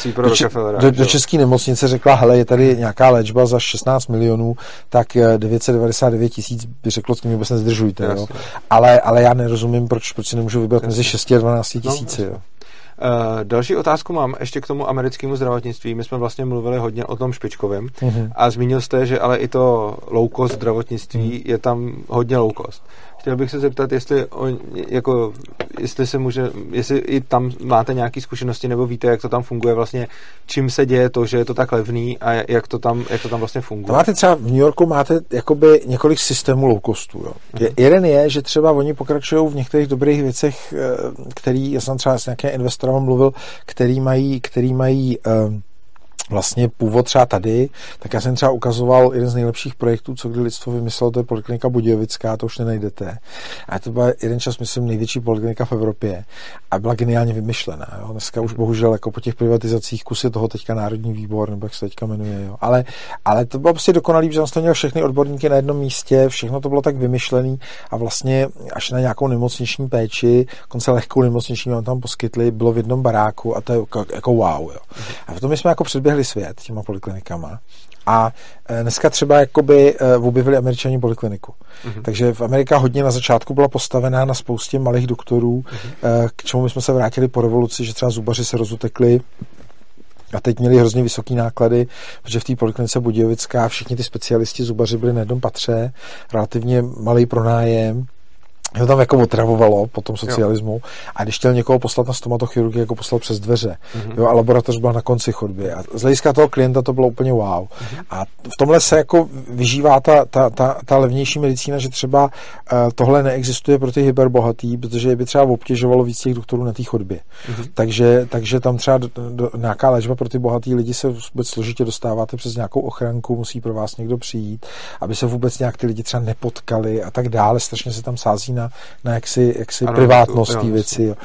do české nemocnice, řekla, hele, je tady nějaká léčba za 16 milionů, tak 999 000 by řeklo, s tím vůbec nezdržujte. Jo. Ale já nerozumím, proč si nemůžu vybrat mezi 6 a 12 tisíci. Jo. Další otázku mám ještě k tomu americkému zdravotnictví. My jsme vlastně mluvili hodně o tom špičkovém a zmínil jste, že ale i to low cost zdravotnictví je tam hodně low cost. Chtěl bych se zeptat, jestli i tam máte nějaké zkušenosti nebo víte, jak to tam funguje vlastně, čím se děje to, že je to tak levný a jak to tam vlastně funguje. Máte třeba v New Yorku máte jakoby několik systémů low costu. Jo. Jeden je, že třeba oni pokračují v některých dobrých věcech, který, já jsem třeba s nějakým investorem mluvil, který mají vlastně původ třeba tady, tak já jsem třeba ukazoval jeden z nejlepších projektů, co kdy lidstvo vymyslelo, to je Poliklinika Budějovická, to už nenajdete. A to byla jeden čas, myslím, největší poliklinika v Evropě a byla geniálně vymyšlená. Jo. Dneska už bohužel jako po těch privatizacích kusy toho teďka Národní výbor, nebo jak se teďka jmenuje. Jo. Ale to bylo prostě dokonalý, že to měl všechny odborníky na jednom místě, všechno to bylo tak vymyšlený a vlastně až na nějakou nemocniční péči, konce lehkou nemocniční vám tam poskytli, bylo v jednom baráku a to je jako wow. Jo. A potom my jsme jako předběhli svět těma poliklinikama a dneska třeba jakoby objevili Američani polikliniku. Takže v Amerika hodně na začátku byla postavená na spoustě malých doktorů, k čemu my jsme se vrátili po revoluci, že třeba zubaři se rozutekli a teď měli hrozně vysoký náklady, protože v té poliklinice Budějovická všichni ty specialisti zubaři byli na jednom patře, relativně malý pronájem, to tam jako otravovalo po tom socialismu a když chtěl někoho poslat na stomatochirurgii, jako poslal přes dveře. Jo, a laboratoř byla na konci chodby. A z hlediska toho klienta to bylo úplně wow. A v tomhle se jako vyžívá ta levnější medicína, že třeba tohle neexistuje pro ty hyperbohatý, protože by třeba obtěžovalo víc těch doktorů na té chodbě. Takže tam třeba nějaká léčba pro ty bohatý lidi se vůbec složitě dostáváte přes nějakou ochranku, musí pro vás někdo přijít, aby se vůbec nějak ty lidi třeba nepotkali a tak dále. Strašně se tam sází na jaksi privátnost té věci. Jo.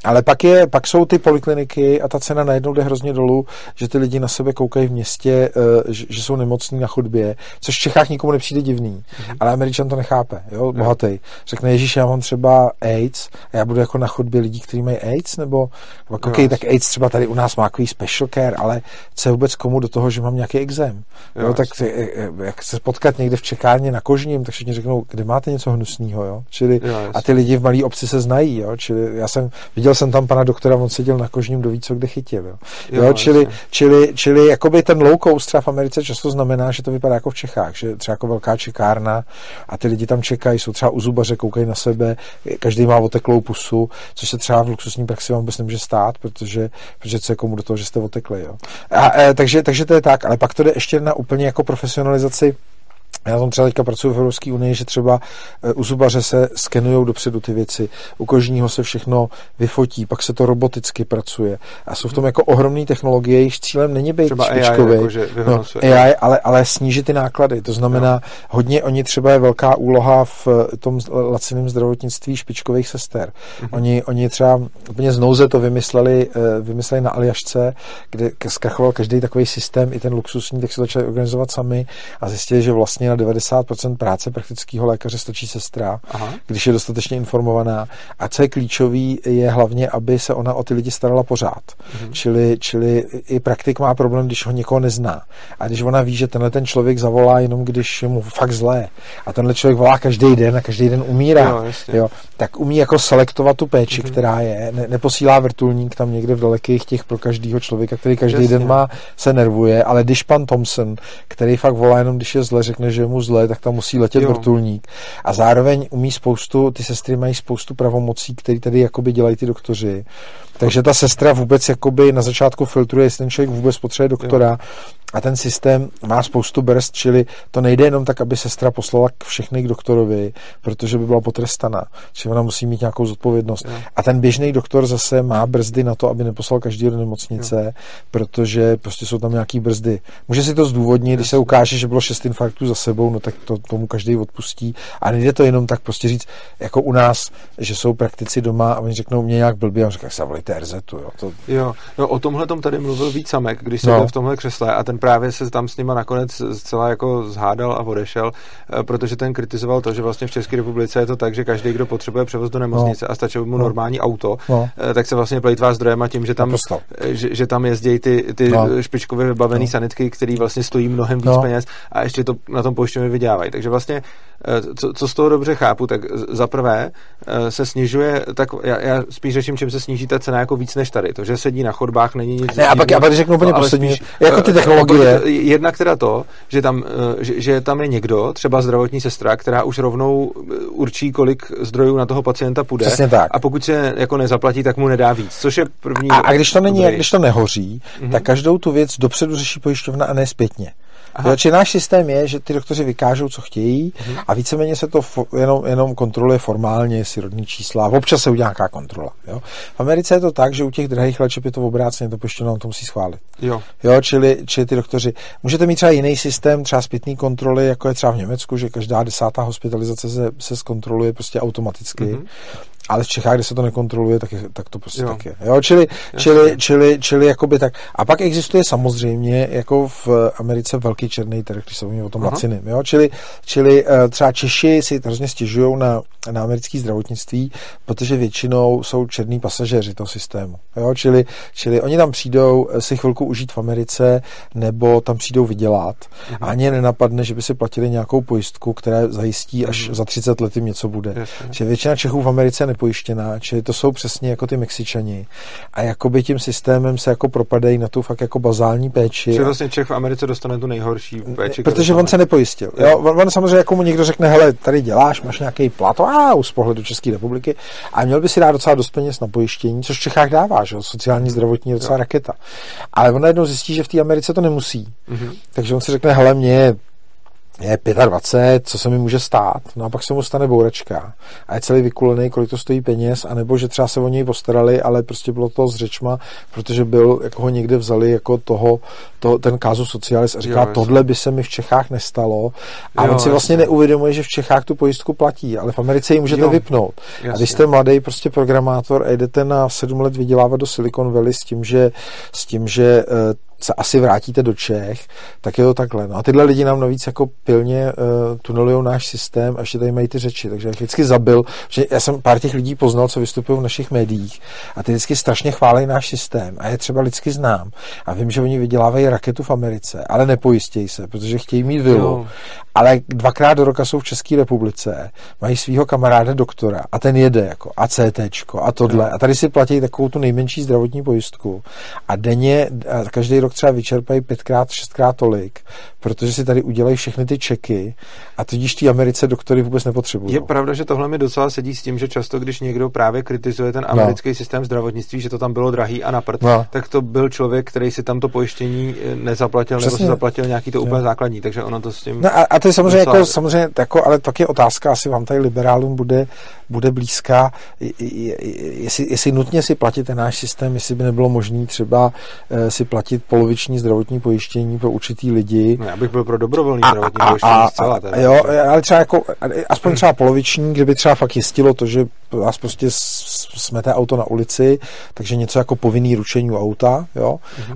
Ale pak jsou ty polikliniky a ta cena najednou jde hrozně dolů, že ty lidi na sebe koukají v městě, že jsou nemocní na chodbě, což v Čechách nikomu nepřijde divný. Ale Američan to nechápe, jo, bohatý. Řekne, Ježíš, já mám třeba AIDS a já budu jako na chodbě lidí, kteří mají AIDS, nebo koukej, tak AIDS třeba tady u nás má takový special care, ale co je vůbec komu do toho, že mám nějaký exém. Jo, tak jak se potkat někde v čekárně na Kožním, tak všichni řeknou, kde máte něco hnusného, jo? Čili, a ty lidi v malé obci se znají, jo? Čili viděl jsem tam pana doktora, on seděl na Kožním, ví, co kde chytil, jo? Čili jakoby ten low cost třeba v Americe často znamená, že to vypadá jako v Čechách, že třeba jako velká čekárna a ty lidi tam čekají, jsou třeba u zubaře, koukají na sebe, každý má oteklou pusu, což se třeba v luxusní praxi vám vůbec nemůže stát, protože co je komu do toho, že jste otekli, jo? Takže to je tak, ale pak to jde ještě na úplně jako profesionalizaci. Já tam třeba teďka pracuji v Evropské unii, že třeba u zubaře se skenujou dopředu ty věci, u kožního se všechno vyfotí, pak se to roboticky pracuje. A jsou v tom jako ohromné technologie, jejichž cílem není být špičkový. AI, ale snížit ty náklady. To znamená, hodně oni třeba je velká úloha v tom laciném zdravotnictví špičkových sester. Oni třeba úplně z nouze to vymysleli na Aljašce, kde zkrachoval každý takový systém, i ten luxusní, tak se začali organizovat sami a zjistili, že vlastně na 90% práce praktického lékaře stačí sestra, když je dostatečně informovaná. A co je klíčový, je hlavně, aby se ona o ty lidi starala pořád. Čili i praktik má problém, když ho někoho nezná. A když ona ví, že tenhle ten člověk zavolá jenom, když je mu fakt zlé. A tenhle člověk volá každý den a každý den umírá. Jo, tak umí jako selektovat tu péči, která je. Neposílá vrtulník tam někde v dalekých těch pro každého člověka, který každý den má, se nervuje, ale když pan Thompson, který fakt volá jenom, když je zle, řekne, že je mu zle, tak tam musí letět vrtulník. A zároveň ty sestry mají spoustu pravomocí, které tady jakoby dělají ty doktoři. Takže ta sestra vůbec jakoby na začátku filtruje, jestli ten člověk vůbec potřebuje doktora. A ten systém má spoustu brzd, čili to nejde jenom tak, aby sestra poslala všechny k doktorovi, protože by byla potrestaná. Čili ona musí mít nějakou zodpovědnost. A ten běžný doktor zase má brzdy na to, aby neposlal každý do nemocnice, protože prostě jsou tam nějaký brzdy. Může si to zdůvodnit, když se ukáže, že bylo 6 infarktů za sebou, no tak tomu každý odpustí. A nejde to jenom tak prostě říct, jako u nás, že jsou praktici doma a oni řeknou mě nějak blbě, a on říká, jak se volejte RZ-tu, jo. Jo, no o tomhletom tady mluvil Vít Samek, když se byl v tomhle křesle a ten právě se tam s nima nakonec zcela jako zhádal a odešel, protože ten kritizoval to, že vlastně v České republice je to tak, že každý, kdo potřebuje převoz do nemocnice a stačí mu normální auto, tak se vlastně plejtvá zdrojema tím, že tam jezdí ty špičkově vybavený sanitky, který vlastně stojí mnohem víc peněz a ještě to na tom pojišťovně vydělávají. Takže vlastně co z toho dobře chápu, tak za prvé se snižuje, tak já spíš řeším, čím se sníží ta cena jako víc než tady. To, že sedí na chodbách, není nic. Ne, a pak řeknu úplně poslední, jako ty technologie. Jednak teda to, že tam je někdo, třeba zdravotní sestra, která už rovnou určí, kolik zdrojů na toho pacienta půjde. Přesně tak. A pokud se jako nezaplatí, tak mu nedá víc. Což je první. A když to není, když to nehoří, tak každou tu věc dopředu řeší pojišťovna a ne zpětně. Či náš systém je, že ty doktoři vykážou, co chtějí a víceméně se to jenom kontroluje formálně, jestli rodný čísla. Občas se udělá nějaká kontrola. Jo? V Americe je to tak, že u těch drahých léčeb je to obráceně, to pojišťovna to musí schválit. Jo, čili ty doktoři. Můžete mít třeba jiný systém, třeba zpětný kontroly, jako je třeba v Německu, že každá 10. hospitalizace se zkontroluje prostě automaticky. Ale v Čechách, kde se to nekontroluje, tak to prostě tak je. Jo, čili jakoby tak. A pak existuje samozřejmě, jako v Americe, velký černý trh, když se mluví o tom laciném. Jo, čili třeba Češi si hrozně stěžují na americké zdravotnictví, protože většinou jsou černí pasažéři toho systému. Jo, čili oni tam přijdou si chvilku užít v Americe, nebo tam přijdou vydělat. A ani je nenapadne, že by si platili nějakou pojistku, která zajistí, až za 30 let jim něco bude. Čili většina Čechů v Americe nepojištěná, čili to jsou přesně jako ty Mexičani. A jakoby tím systémem se jako propadají na tu fakt jako bazální péči. Čili vlastně Čech v Americe dostane tu nejhorší péči. Protože on se nepojistil. Jo, on samozřejmě jako mu někdo řekne, hele, tady děláš, máš nějaký plat, z pohledu České republiky, a měl by si dát docela dost peněz na pojištění, což v Čechách dává, že sociální zdravotní je docela raketa. Ale on najednou zjistí, že v té Americe to nemusí. Takže on si řekne, hele, je 25, co se mi může stát, no a pak se mu stane bouračka a je celý vykulený, kolik to stojí peněz, anebo že třeba se o něj postarali, ale prostě bylo to s řečma, protože byl, jako ho někde vzali jako ten kázus socialis a říká, tohle by se mi v Čechách nestalo a on si vlastně neuvědomuje, že v Čechách tu pojistku platí, ale v Americe ji můžete vypnout. Jasně. A když jste mladý prostě programátor a jdete na 7 let vydělávat do Silicon Valley s tím, že se asi vrátíte do Čech, tak je to takhle. No a tyhle lidi nám navíc jako pilně tunelujou náš systém a ještě tady mají ty řeči, takže já vždycky zabil, že já jsem pár těch lidí poznal, co vystupují v našich médiích a ty vždycky strašně chválí náš systém a je třeba lidsky znám a vím, že oni vydělávají raketu v Americe, ale nepojistějí se, protože chtějí mít vilu, ale 2krát do roka jsou v České republice, mají svýho kamaráda doktora a ten jede jako a CTčko a tohle a tady si platí takovou tu nejmenší zdravotní pojistku a denně každý rok třeba vyčerpají 5krát, 6krát tolik, protože si tady udělají všechny ty čeky a tudíž ty Americe doktory vůbec nepotřebují. Je pravda, že tohle mi docela sedí s tím, že často, když někdo právě kritizuje ten americký systém zdravotnictví, že to tam bylo drahý a na prd, tak to byl člověk, který si tam to pojištění nezaplatil, nebo si zaplatil nějaký to úplně základní, takže ono to s tím... No a to je samozřejmě jako, ale tak je otázka, asi vám tady liberálům bude blízká, jestli nutně si platit ten náš systém, jestli by nebylo možné třeba si platit poloviční zdravotní pojištění pro určitý lidi. No, já bych byl pro dobrovolný zdravotní pojištění zcela. Jo, ale třeba jako, aspoň třeba poloviční, kdyby třeba fakt jistilo to, že vás prostě smete auto na ulici, takže něco jako povinný ručení auta, jo,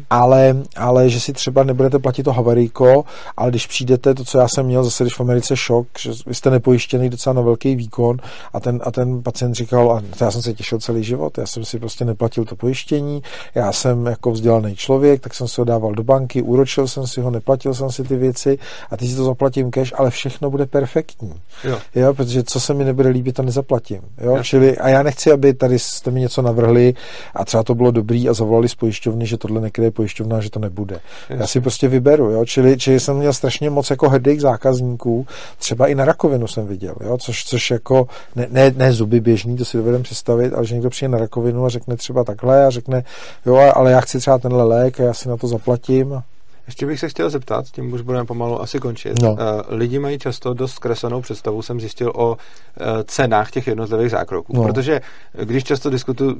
ale že si třeba nebudete platit to havarijko, ale když přijdete, to, co já jsem měl, zase když v Americe šok, že vy jste nepojištěný docela na velký výkon a ten pacient říkal, a já jsem se těšil celý život, já jsem si prostě neplatil to pojištění, já jsem jako vzdělaný člověk, tak jsem se ho dával do banky, úročil jsem si ho, neplatil jsem si ty věci a teď si to zaplatím cash, ale všechno bude perfektní. Jo, protože co se mi nebude líbit, to nezaplatím. Jo? Čili, a já nechci, aby tady jste mi něco navrhli a třeba to bylo dobrý a zavolali z pojišťovny, že tohle nekryje pojišťovna, že to nebude. Já si prostě vyberu, jo? Čili jsem měl strašně moc jako headache zákazníků, třeba i na rakovinu jsem viděl, jo? Což jako ne zuby běžný, to si dovedem představit, ale že někdo přijde na rakovinu a řekne třeba takhle a řekne, jo, ale já chci třeba tenhle lék a já si na to zaplatím. Ještě bych se chtěl zeptat, tím už budeme pomalu asi končit. No. Lidi mají často dost zkreslenou představu, jsem zjistil, o cenách těch jednotlivých zákroků. No. Protože když často diskutuju,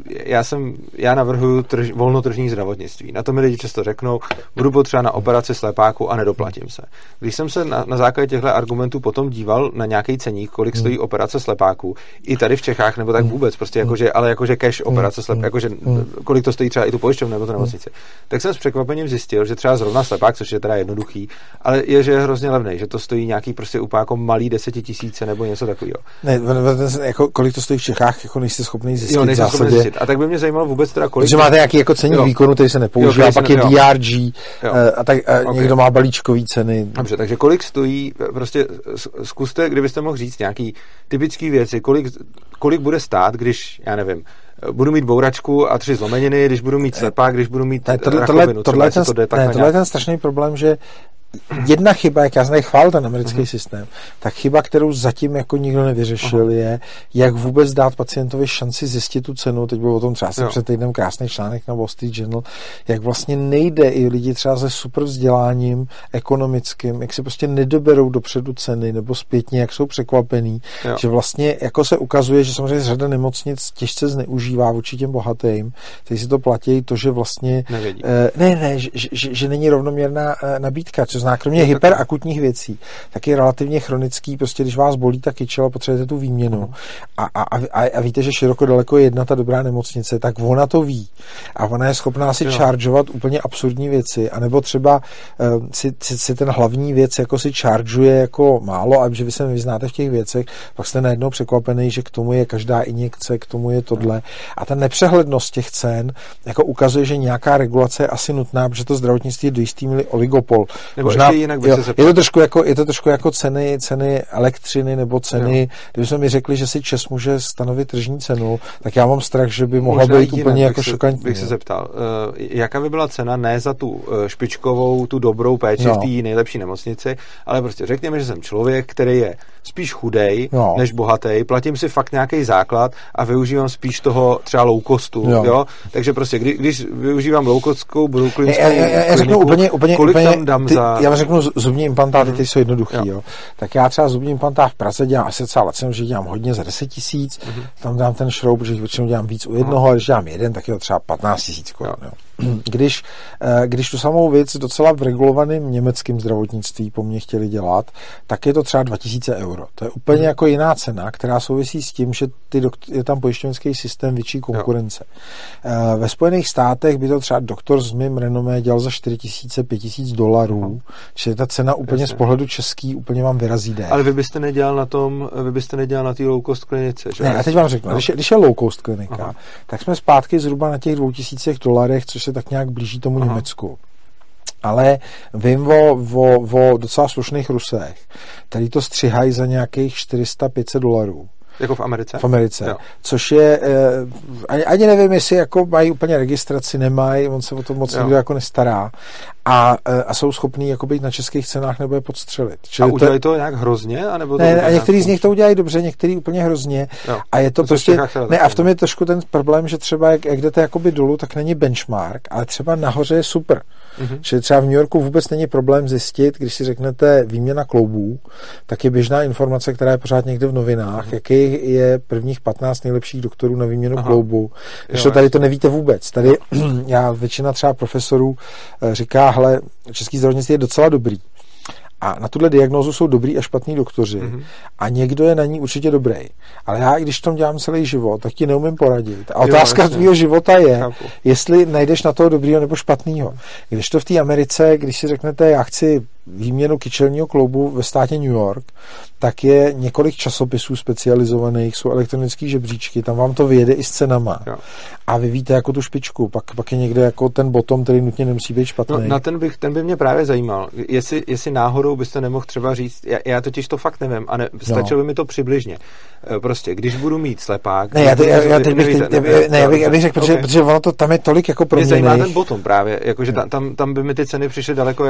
já navrhuju volnotržní zdravotnictví. Na to mi lidi často řeknou, budu potřeba na operaci slepáku a nedoplatím se. Když jsem se na základě těchto argumentů potom díval na nějaký ceník, kolik stojí operace slepáků, i tady v Čechách, nebo tak vůbec, prostě jakože cash operace slepáku, jakože kolik to stojí třeba i tu pojišťovnu nebo tu nemocnici, tak jsem s překvapením zjistil, že třeba zrovna slepák, což je teda jednoduchý, ale je hrozně levný, že to stojí nějaký prostě úplně jako malý 10 000 nebo něco takového. Ne, jako, kolik to stojí v Čechách, jako nejste schopný zjistit. Jo, nejste schopný zjistit. A tak by mě zajímalo vůbec teda kolik. Protože máte nějaký jako ceník výkonu, který se nepoužívá, pak je DRG a někdo má balíčkový ceny. Dobře, takže kolik stojí, prostě zkuste, kdybyste mohl říct nějaký typický věci, kolik bude stát, když, já nevím, budu mít bouračku a 3 zlomeniny, když budu mít slepák, když budu mít rakovinu. Tohle je ten strašný problém, že jedna chyba, jak já jsem chválil ten americký systém, tak chyba, kterou zatím jako nikdo nevyřešil, je, jak vůbec dát pacientovi šanci zjistit tu cenu. Teď byl o tom třeba před týdnem krásný článek na Wall Street Journal, jak vlastně nejde i lidi třeba se super vzděláním ekonomickým, jak se prostě nedoberou dopředu ceny, nebo zpětně, jak jsou překvapený, že vlastně jako se ukazuje, že samozřejmě řada nemocnic těžce zneužívá vůči těm bohatým, kteří si to platí, to, že vlastně že není rovnoměrná nabídka, co zná, kromě hyperakutních věcí, tak je relativně chronický, prostě když vás bolí ta kyčela, potřebujete tu výměnu a víte, že široko daleko je jedna ta dobrá nemocnice, tak ona to ví a ona je schopná si chargeovat úplně absurdní věci, anebo třeba si ten hlavní věc jako si chargeuje jako málo, a že vy se nevyznáte v těch věcech, pak jste najednou překvapený, že k tomu je každá injekce, k tomu je tohle a ta nepřehlednost těch cen jako ukazuje, že nějaká regulace je asi nutná, protože to zdravotnictví je do jistý míry oligopol. Možná, je to trošku jako ceny elektřiny nebo ceny, kdybychom mi řekli, že si ČEZ může stanovit tržní cenu, tak já mám strach, že by mohla být úplně jako šokantní. Bych se zeptal, jaká by byla cena ne za tu špičkovou, tu dobrou péči v té nejlepší nemocnici, ale prostě řekněme, že jsem člověk, který je spíš chudej než bohatý, platím si fakt nějaký základ a využívám spíš toho třeba low costu, jo? Takže prostě, když využívám low costskou bruklinskou kliniku, kolik tam dám za já vám řeknu zubní implantáty, ty jsou jednoduchý, jo. Tak já třeba zubní implantát v Praze dělám asi docela laceno, že dělám hodně za 10 000, tam dám ten šroub, protože většinou dělám víc u jednoho, a když dělám jeden, tak je to třeba 15 000 korun. Když tu samou věc docela v regulovaném německém zdravotnictví po mně chtěli dělat, tak je to třeba 2000 euro. To je úplně jako jiná cena, která souvisí s tím, že je tam pojišťovnický systém větší konkurence. Ve Spojených státech by to třeba doktor z mým renomé dělal za $4,000-5,000, čili ta cena úplně z pohledu český úplně vám vyrazí déle. Ale vy byste nedělal na té low cost klinice, že? Ne, a teď vám řeknu, když je low cost klinika, tak jsme zpátky zhruba na těch $2000, což se tak nějak blíží tomu Německu. Ale vím o docela slušných Rusech, který to střihají za nějakých $400-500. Jako v Americe? V Americe. Jo. Což je, ani nevím, jestli jako mají úplně registraci, nemají, on se o to moc nikdo jako nestará. A jsou schopní jako být na českých cenách nebo je podstřelit. Čili a udělají to nějak hrozně? Anebo to ne, a některý z nich to udělají dobře, některý úplně hrozně. Jo. A je to prostě, ne, a v tom je trošku ten problém, že třeba jak jdete jakoby dolů, tak není benchmark, ale třeba nahoře je super. Čili třeba v New Yorku vůbec není problém zjistit, když si řeknete výměna kloubů, tak je běžná informace, která je pořád někde v novinách, jaký je prvních 15 nejlepších doktorů na výměnu kloubů. Když to tady to nevíte vůbec. Tady já většina třeba profesorů říká, hele, český zdravotnictví je docela dobrý. A na tuhle diagnózu jsou dobrý a špatný doktoři. A někdo je na ní určitě dobrý. Ale já, i když v tom dělám celý život, tak ti neumím poradit. A otázka tvýho života je, jestli najdeš na toho dobrýho nebo špatnýho. Když to v té Americe, když si řeknete, já chci výměnu kyčelního kloubu ve státě New York, tak je několik časopisů specializovaných, jsou elektronické žebříčky, tam vám to vyjede i s cenama. Jo. A vy víte jako tu špičku, pak je někde jako ten bottom, který nutně nemusí být špatný. No, ten by mě právě zajímal. Jestli náhodou byste nemohl třeba říct, já totiž to fakt nevím, a stačilo by mi to přibližně. Prostě, když budu mít slepák... Já bych řekl, protože ono to tam je tolik jako proměnných. Mě zajímá ten bottom právě, jakože tam by mi ty ceny přišly daleko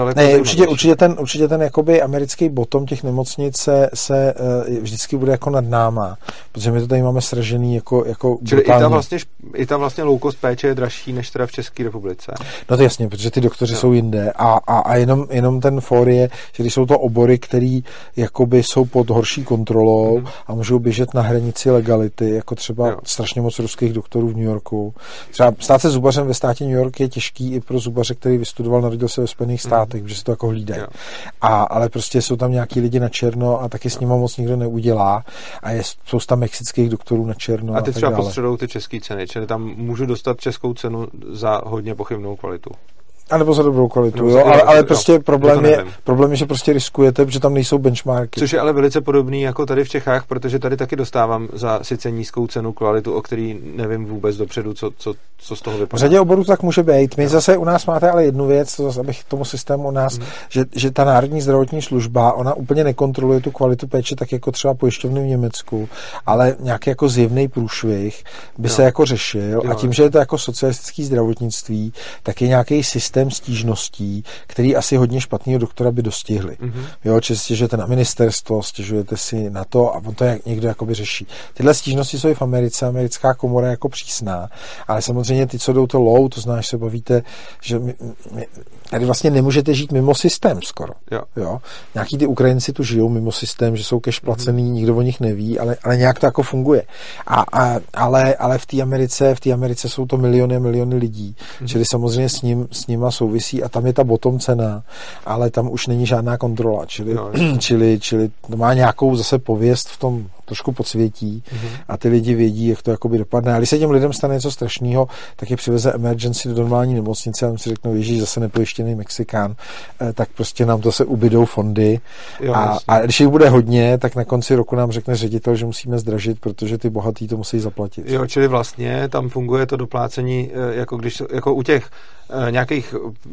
určitě ten jakoby americký bottom těch nemocnic se vždycky bude jako nad náma, protože my to tady máme sražený jako čili i ta vlastně low cost péče je dražší než teda v České republice. No to jasně, protože ty doktoři jsou jinde a jenom ten for je, že když jsou to obory, který jakoby jsou pod horší kontrolou a můžou běžet na hranici legality, jako třeba strašně moc ruských doktorů v New Yorku. Třeba stát se zubařem ve státě New York je těžký i pro zubaře, který vystudoval, narodil se ve Spojených státech, protože se to jako hlídají. Ale prostě jsou tam nějaký lidi na černo a taky s nima moc nikdo neudělá a je spousta mexických doktorů na černo. A ty třeba postředou ty české ceny, čili tam můžu dostat českou cenu za hodně pochybnou kvalitu. A nebo za dobrou kvalitu, ale prostě problém je, že prostě riskujete, protože tam nejsou benchmarky. Což je ale velice podobný jako tady v Čechách, protože tady taky dostávám za sice nízkou cenu kvalitu, o který nevím vůbec dopředu, co z toho vypadá. V řadě oborů tak může být. My zase u nás máte ale jednu věc, to zase, abych tomu systému u nás, že ta Národní zdravotní služba, ona úplně nekontroluje tu kvalitu péče tak jako třeba pojišťovny v Německu, ale nějaký jako zjevný průšvih by se jako řešil a tím, že je to jako socialistický zdravotnictví, tak je nějaký systém stížností, který asi hodně špatného doktora by dostihli. Jo, či stěžujete na ministerstvo, stěžujete si na to a on to někdo jakoby řeší. Tyhle stížnosti jsou i v Americe, americká komora je jako přísná, ale samozřejmě ty, co jdou to low, to znáš, se bavíte, že tady vlastně nemůžete žít mimo systém skoro. Jo. Nějaký ty Ukrajinci tu žijou mimo systém, že jsou cash placený, nikdo o nich neví, ale nějak to jako funguje. Ale v té Americe jsou to miliony lidí, čili samozřejmě s nima souvisí a tam je ta bottom cena, ale tam už není žádná kontrola, čili to má nějakou zase pověst v tom trošku podsvětí a ty lidi vědí, jak to jakoby dopadne. A když se těm lidem stane něco strašného, tak je přiveze emergency do normální nemocnice a tam si řeknou, ježíš, zase nepojištěný Mexikán, tak prostě nám to se ubydou fondy. A když jich bude hodně, tak na konci roku nám řekne ředitel, že musíme zdražit, protože ty bohatí to musí zaplatit. Jo, čili tam funguje to doplácení, jako u těch nějakých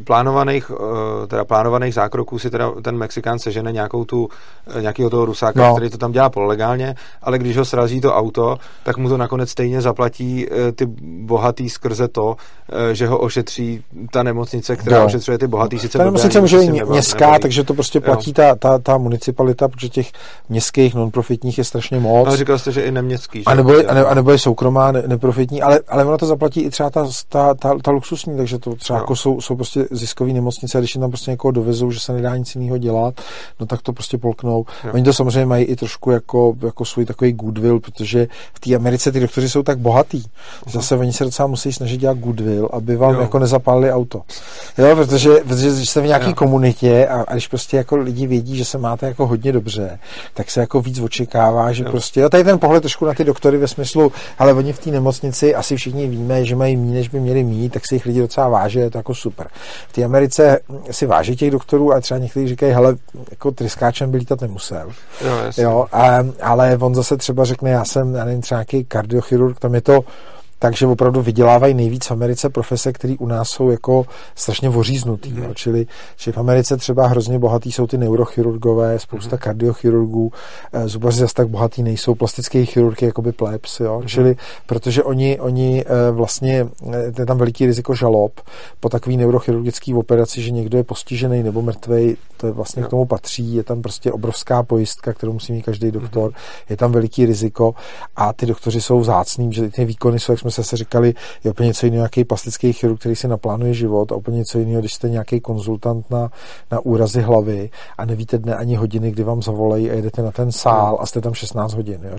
plánovaných zákroků si teda ten Mexikán sežene nějakého toho Rusáka, který to tam dělá pololegálně, ale když ho srazí to auto, tak mu to nakonec stejně zaplatí ty bohatý skrze to, že ho ošetří ta nemocnice, která ošetřuje ty bohatý. Sice ta nemocnice může být městská, takže to prostě platí ta municipalita, protože těch městských non-profitních je strašně moc. Ale říkal jste, že i neměstský. A nebo je soukromá, neprofitní, ale ono to zaplatí i třeba ta luxusní, takže to třeba jako jsou prostě ziskový nemocnice, a když jim tam prostě někoho dovezou, že se nedá nic jiného dělat, no tak to prostě polknou. Oni to samozřejmě mají i trošku jako svůj takový goodwill, protože v té Americe ty doktoři jsou tak bohatý. Zase oni se docela musí snažit dělat goodwill, aby vám jako nezapálili auto. Jo, protože jste v nějaké komunitě a když prostě jako lidi vědí, že se máte jako hodně dobře, tak se jako víc očekává, že prostě, tady ten pohled trošku na ty doktory ve smyslu, ale oni v té nemocnici asi všichni víme, že mají méně, než by měli mít, tak si jich lidi docela váží, je to jako super. V té Americe si váží těch doktorů a třeba někteří říkají, hele, jako tryskáčem by lítat nemusel. Jo, ale on zase třeba řekne, já nevím, třeba nějaký kardiochirurg, tam je to takže opravdu vydělávají nejvíc v Americe profese, které u nás jsou jako strašně oříznutý. Čili v Americe třeba hrozně bohatý jsou ty neurochirurgové, spousta kardiochirurgů, zubaři zase tak bohatý nejsou, plastické chirurgy jakoby plebs, jo. Čili protože oni vlastně, je tam veliký riziko žalob po takový neurochirurgický operaci, že někdo je postižený nebo mrtvej, to je vlastně k tomu patří, je tam prostě obrovská pojistka, kterou musí mít každý doktor, je tam veliký riziko a ty doktoři jsou vzácný, že ty výkony jsou, jak jsme se říkali, je úplně něco jiného, nějaký plastický chirurg, který si naplánuje život, a úplně něco jiného, když jste nějaký konzultant na úrazy hlavy a nevíte dne ani hodiny, kdy vám zavolají a jedete na ten sál a jste tam 16 hodin. Jo?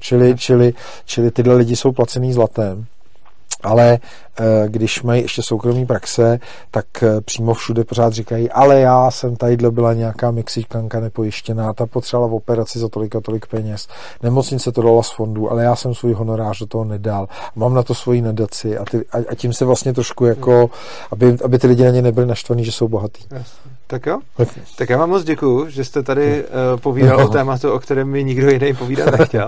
Čili tyhle lidi jsou placený zlatem. Ale když mají ještě soukromý praxe, tak přímo všude pořád říkají, ale já jsem tadyhle byla nějaká Mexikanka nepojištěná, ta potřebovala v operaci za tolik a tolik peněz. Nemocnice to dala z fondu, ale já jsem svůj honorář do toho nedal. Mám na to svoji nadaci a tím se vlastně trošku jako, aby ty lidi na ně nebyli naštvaní, že jsou bohatý. Tak jo. Tak já vám moc děkuju, že jste tady povídal o tématu, o kterém mi nikdo jiný povídat nechtěl.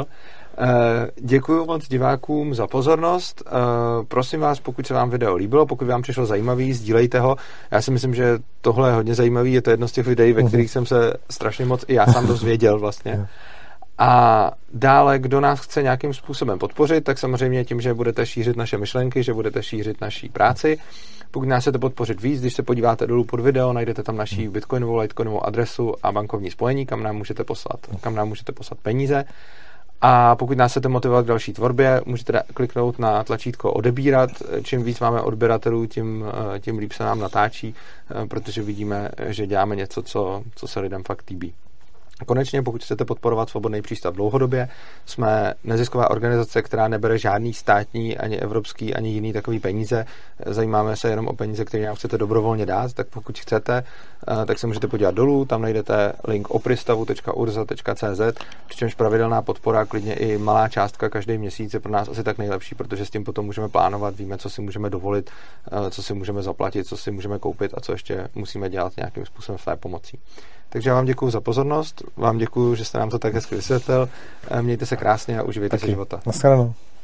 Děkuji moc divákům za pozornost. Prosím vás, pokud se vám video líbilo, pokud vám přišlo zajímavý, sdílejte ho. Já si myslím, že tohle je hodně zajímavý, je to jedno z těch videí, ve kterých jsem se strašně moc i já sám dozvěděl vlastně. A dále, kdo nás chce nějakým způsobem podpořit, tak samozřejmě tím, že budete šířit naše myšlenky, že budete šířit naší práci. Pokud nás chcete podpořit víc, když se podíváte dolů pod video, najdete tam naší bitcoinovou, litecoinovou adresu a bankovní spojení, kam nám můžete poslat peníze. A pokud nás chcete motivovat k další tvorbě, můžete kliknout na tlačítko odebírat. Čím víc máme odběratelů, tím líp se nám natáčí, protože vidíme, že děláme něco, co se lidem fakt líbí. Konečně, pokud chcete podporovat Svobodný přístav dlouhodobě, jsme nezisková organizace, která nebere žádný státní, ani evropský, ani jiný takový peníze. Zajímáme se jenom o peníze, které nám chcete dobrovolně dát, tak pokud chcete, tak se můžete podívat dolů, tam najdete link opristavu.urza.cz, přičemž pravidelná podpora, klidně i malá částka každý měsíc je pro nás asi tak nejlepší, protože s tím potom můžeme plánovat, víme, co si můžeme dovolit, co si můžeme zaplatit, co si můžeme koupit a co ještě musíme dělat nějakým způsobem své pomocí. Takže já vám děkuji za pozornost, vám děkuji, že jste nám to tak hezky vysvětlil. Mějte se krásně a uživejte si života. Naschledanou.